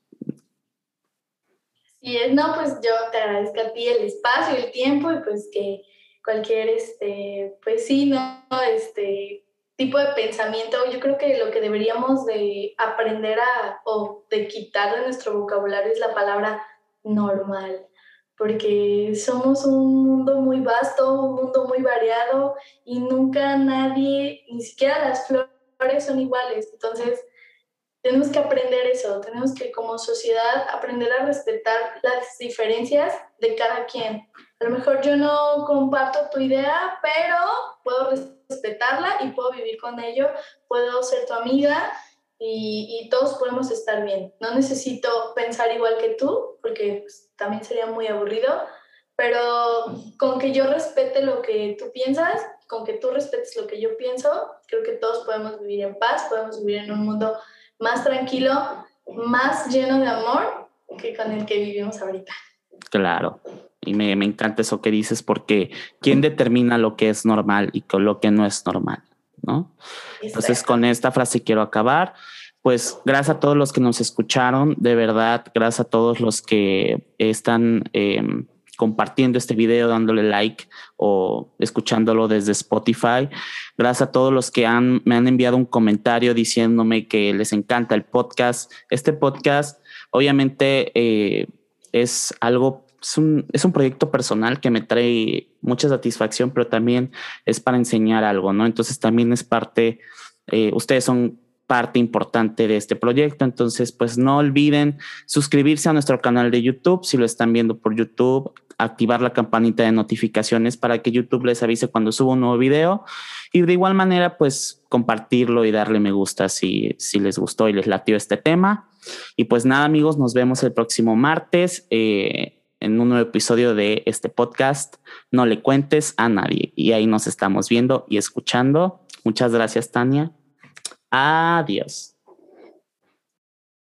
Y es, no, pues yo te agradezco a ti el espacio, el tiempo y pues que cualquier, este, pues sí, no, este tipo de pensamiento, yo creo que lo que deberíamos de aprender a, o de quitar de nuestro vocabulario es la palabra normal, porque somos un mundo muy vasto, un mundo muy variado y nunca nadie, ni siquiera las flores son iguales, entonces tenemos que aprender eso, tenemos que como sociedad aprender a respetar las diferencias de cada quien. A lo mejor yo no comparto tu idea, pero puedo respetarla y puedo vivir con ello, puedo ser tu amiga y, y todos podemos estar bien. No necesito pensar igual que tú, porque pues, también sería muy aburrido, pero con que yo respete lo que tú piensas, con que tú respetes lo que yo pienso, creo que todos podemos vivir en paz, podemos vivir en un mundo más tranquilo, más lleno de amor que con el que vivimos ahorita. Claro, y me, me encanta eso que dices, porque ¿quién determina lo que es normal y lo que no es normal, ¿no? Entonces, con esta frase quiero acabar. Pues gracias a todos los que nos escucharon, de verdad, gracias a todos los que están eh, compartiendo este video, dándole like o escuchándolo desde Spotify. Gracias a todos los que han, me han enviado un comentario diciéndome que les encanta el podcast. Este podcast, obviamente, eh, es algo, es un, es un proyecto personal que me trae mucha satisfacción, pero también es para enseñar algo, ¿no? Entonces también es parte, eh, ustedes son parte importante de este proyecto, entonces pues no olviden suscribirse a nuestro canal de YouTube, si lo están viendo por YouTube, activar la campanita de notificaciones para que YouTube les avise cuando subo un nuevo video y de igual manera pues compartirlo y darle me gusta si, si les gustó y les latió este tema. Y pues nada amigos, nos vemos el próximo martes eh, en un nuevo episodio de este podcast, No le cuentes a nadie, y ahí nos estamos viendo y escuchando. Muchas gracias, Tania. Adiós.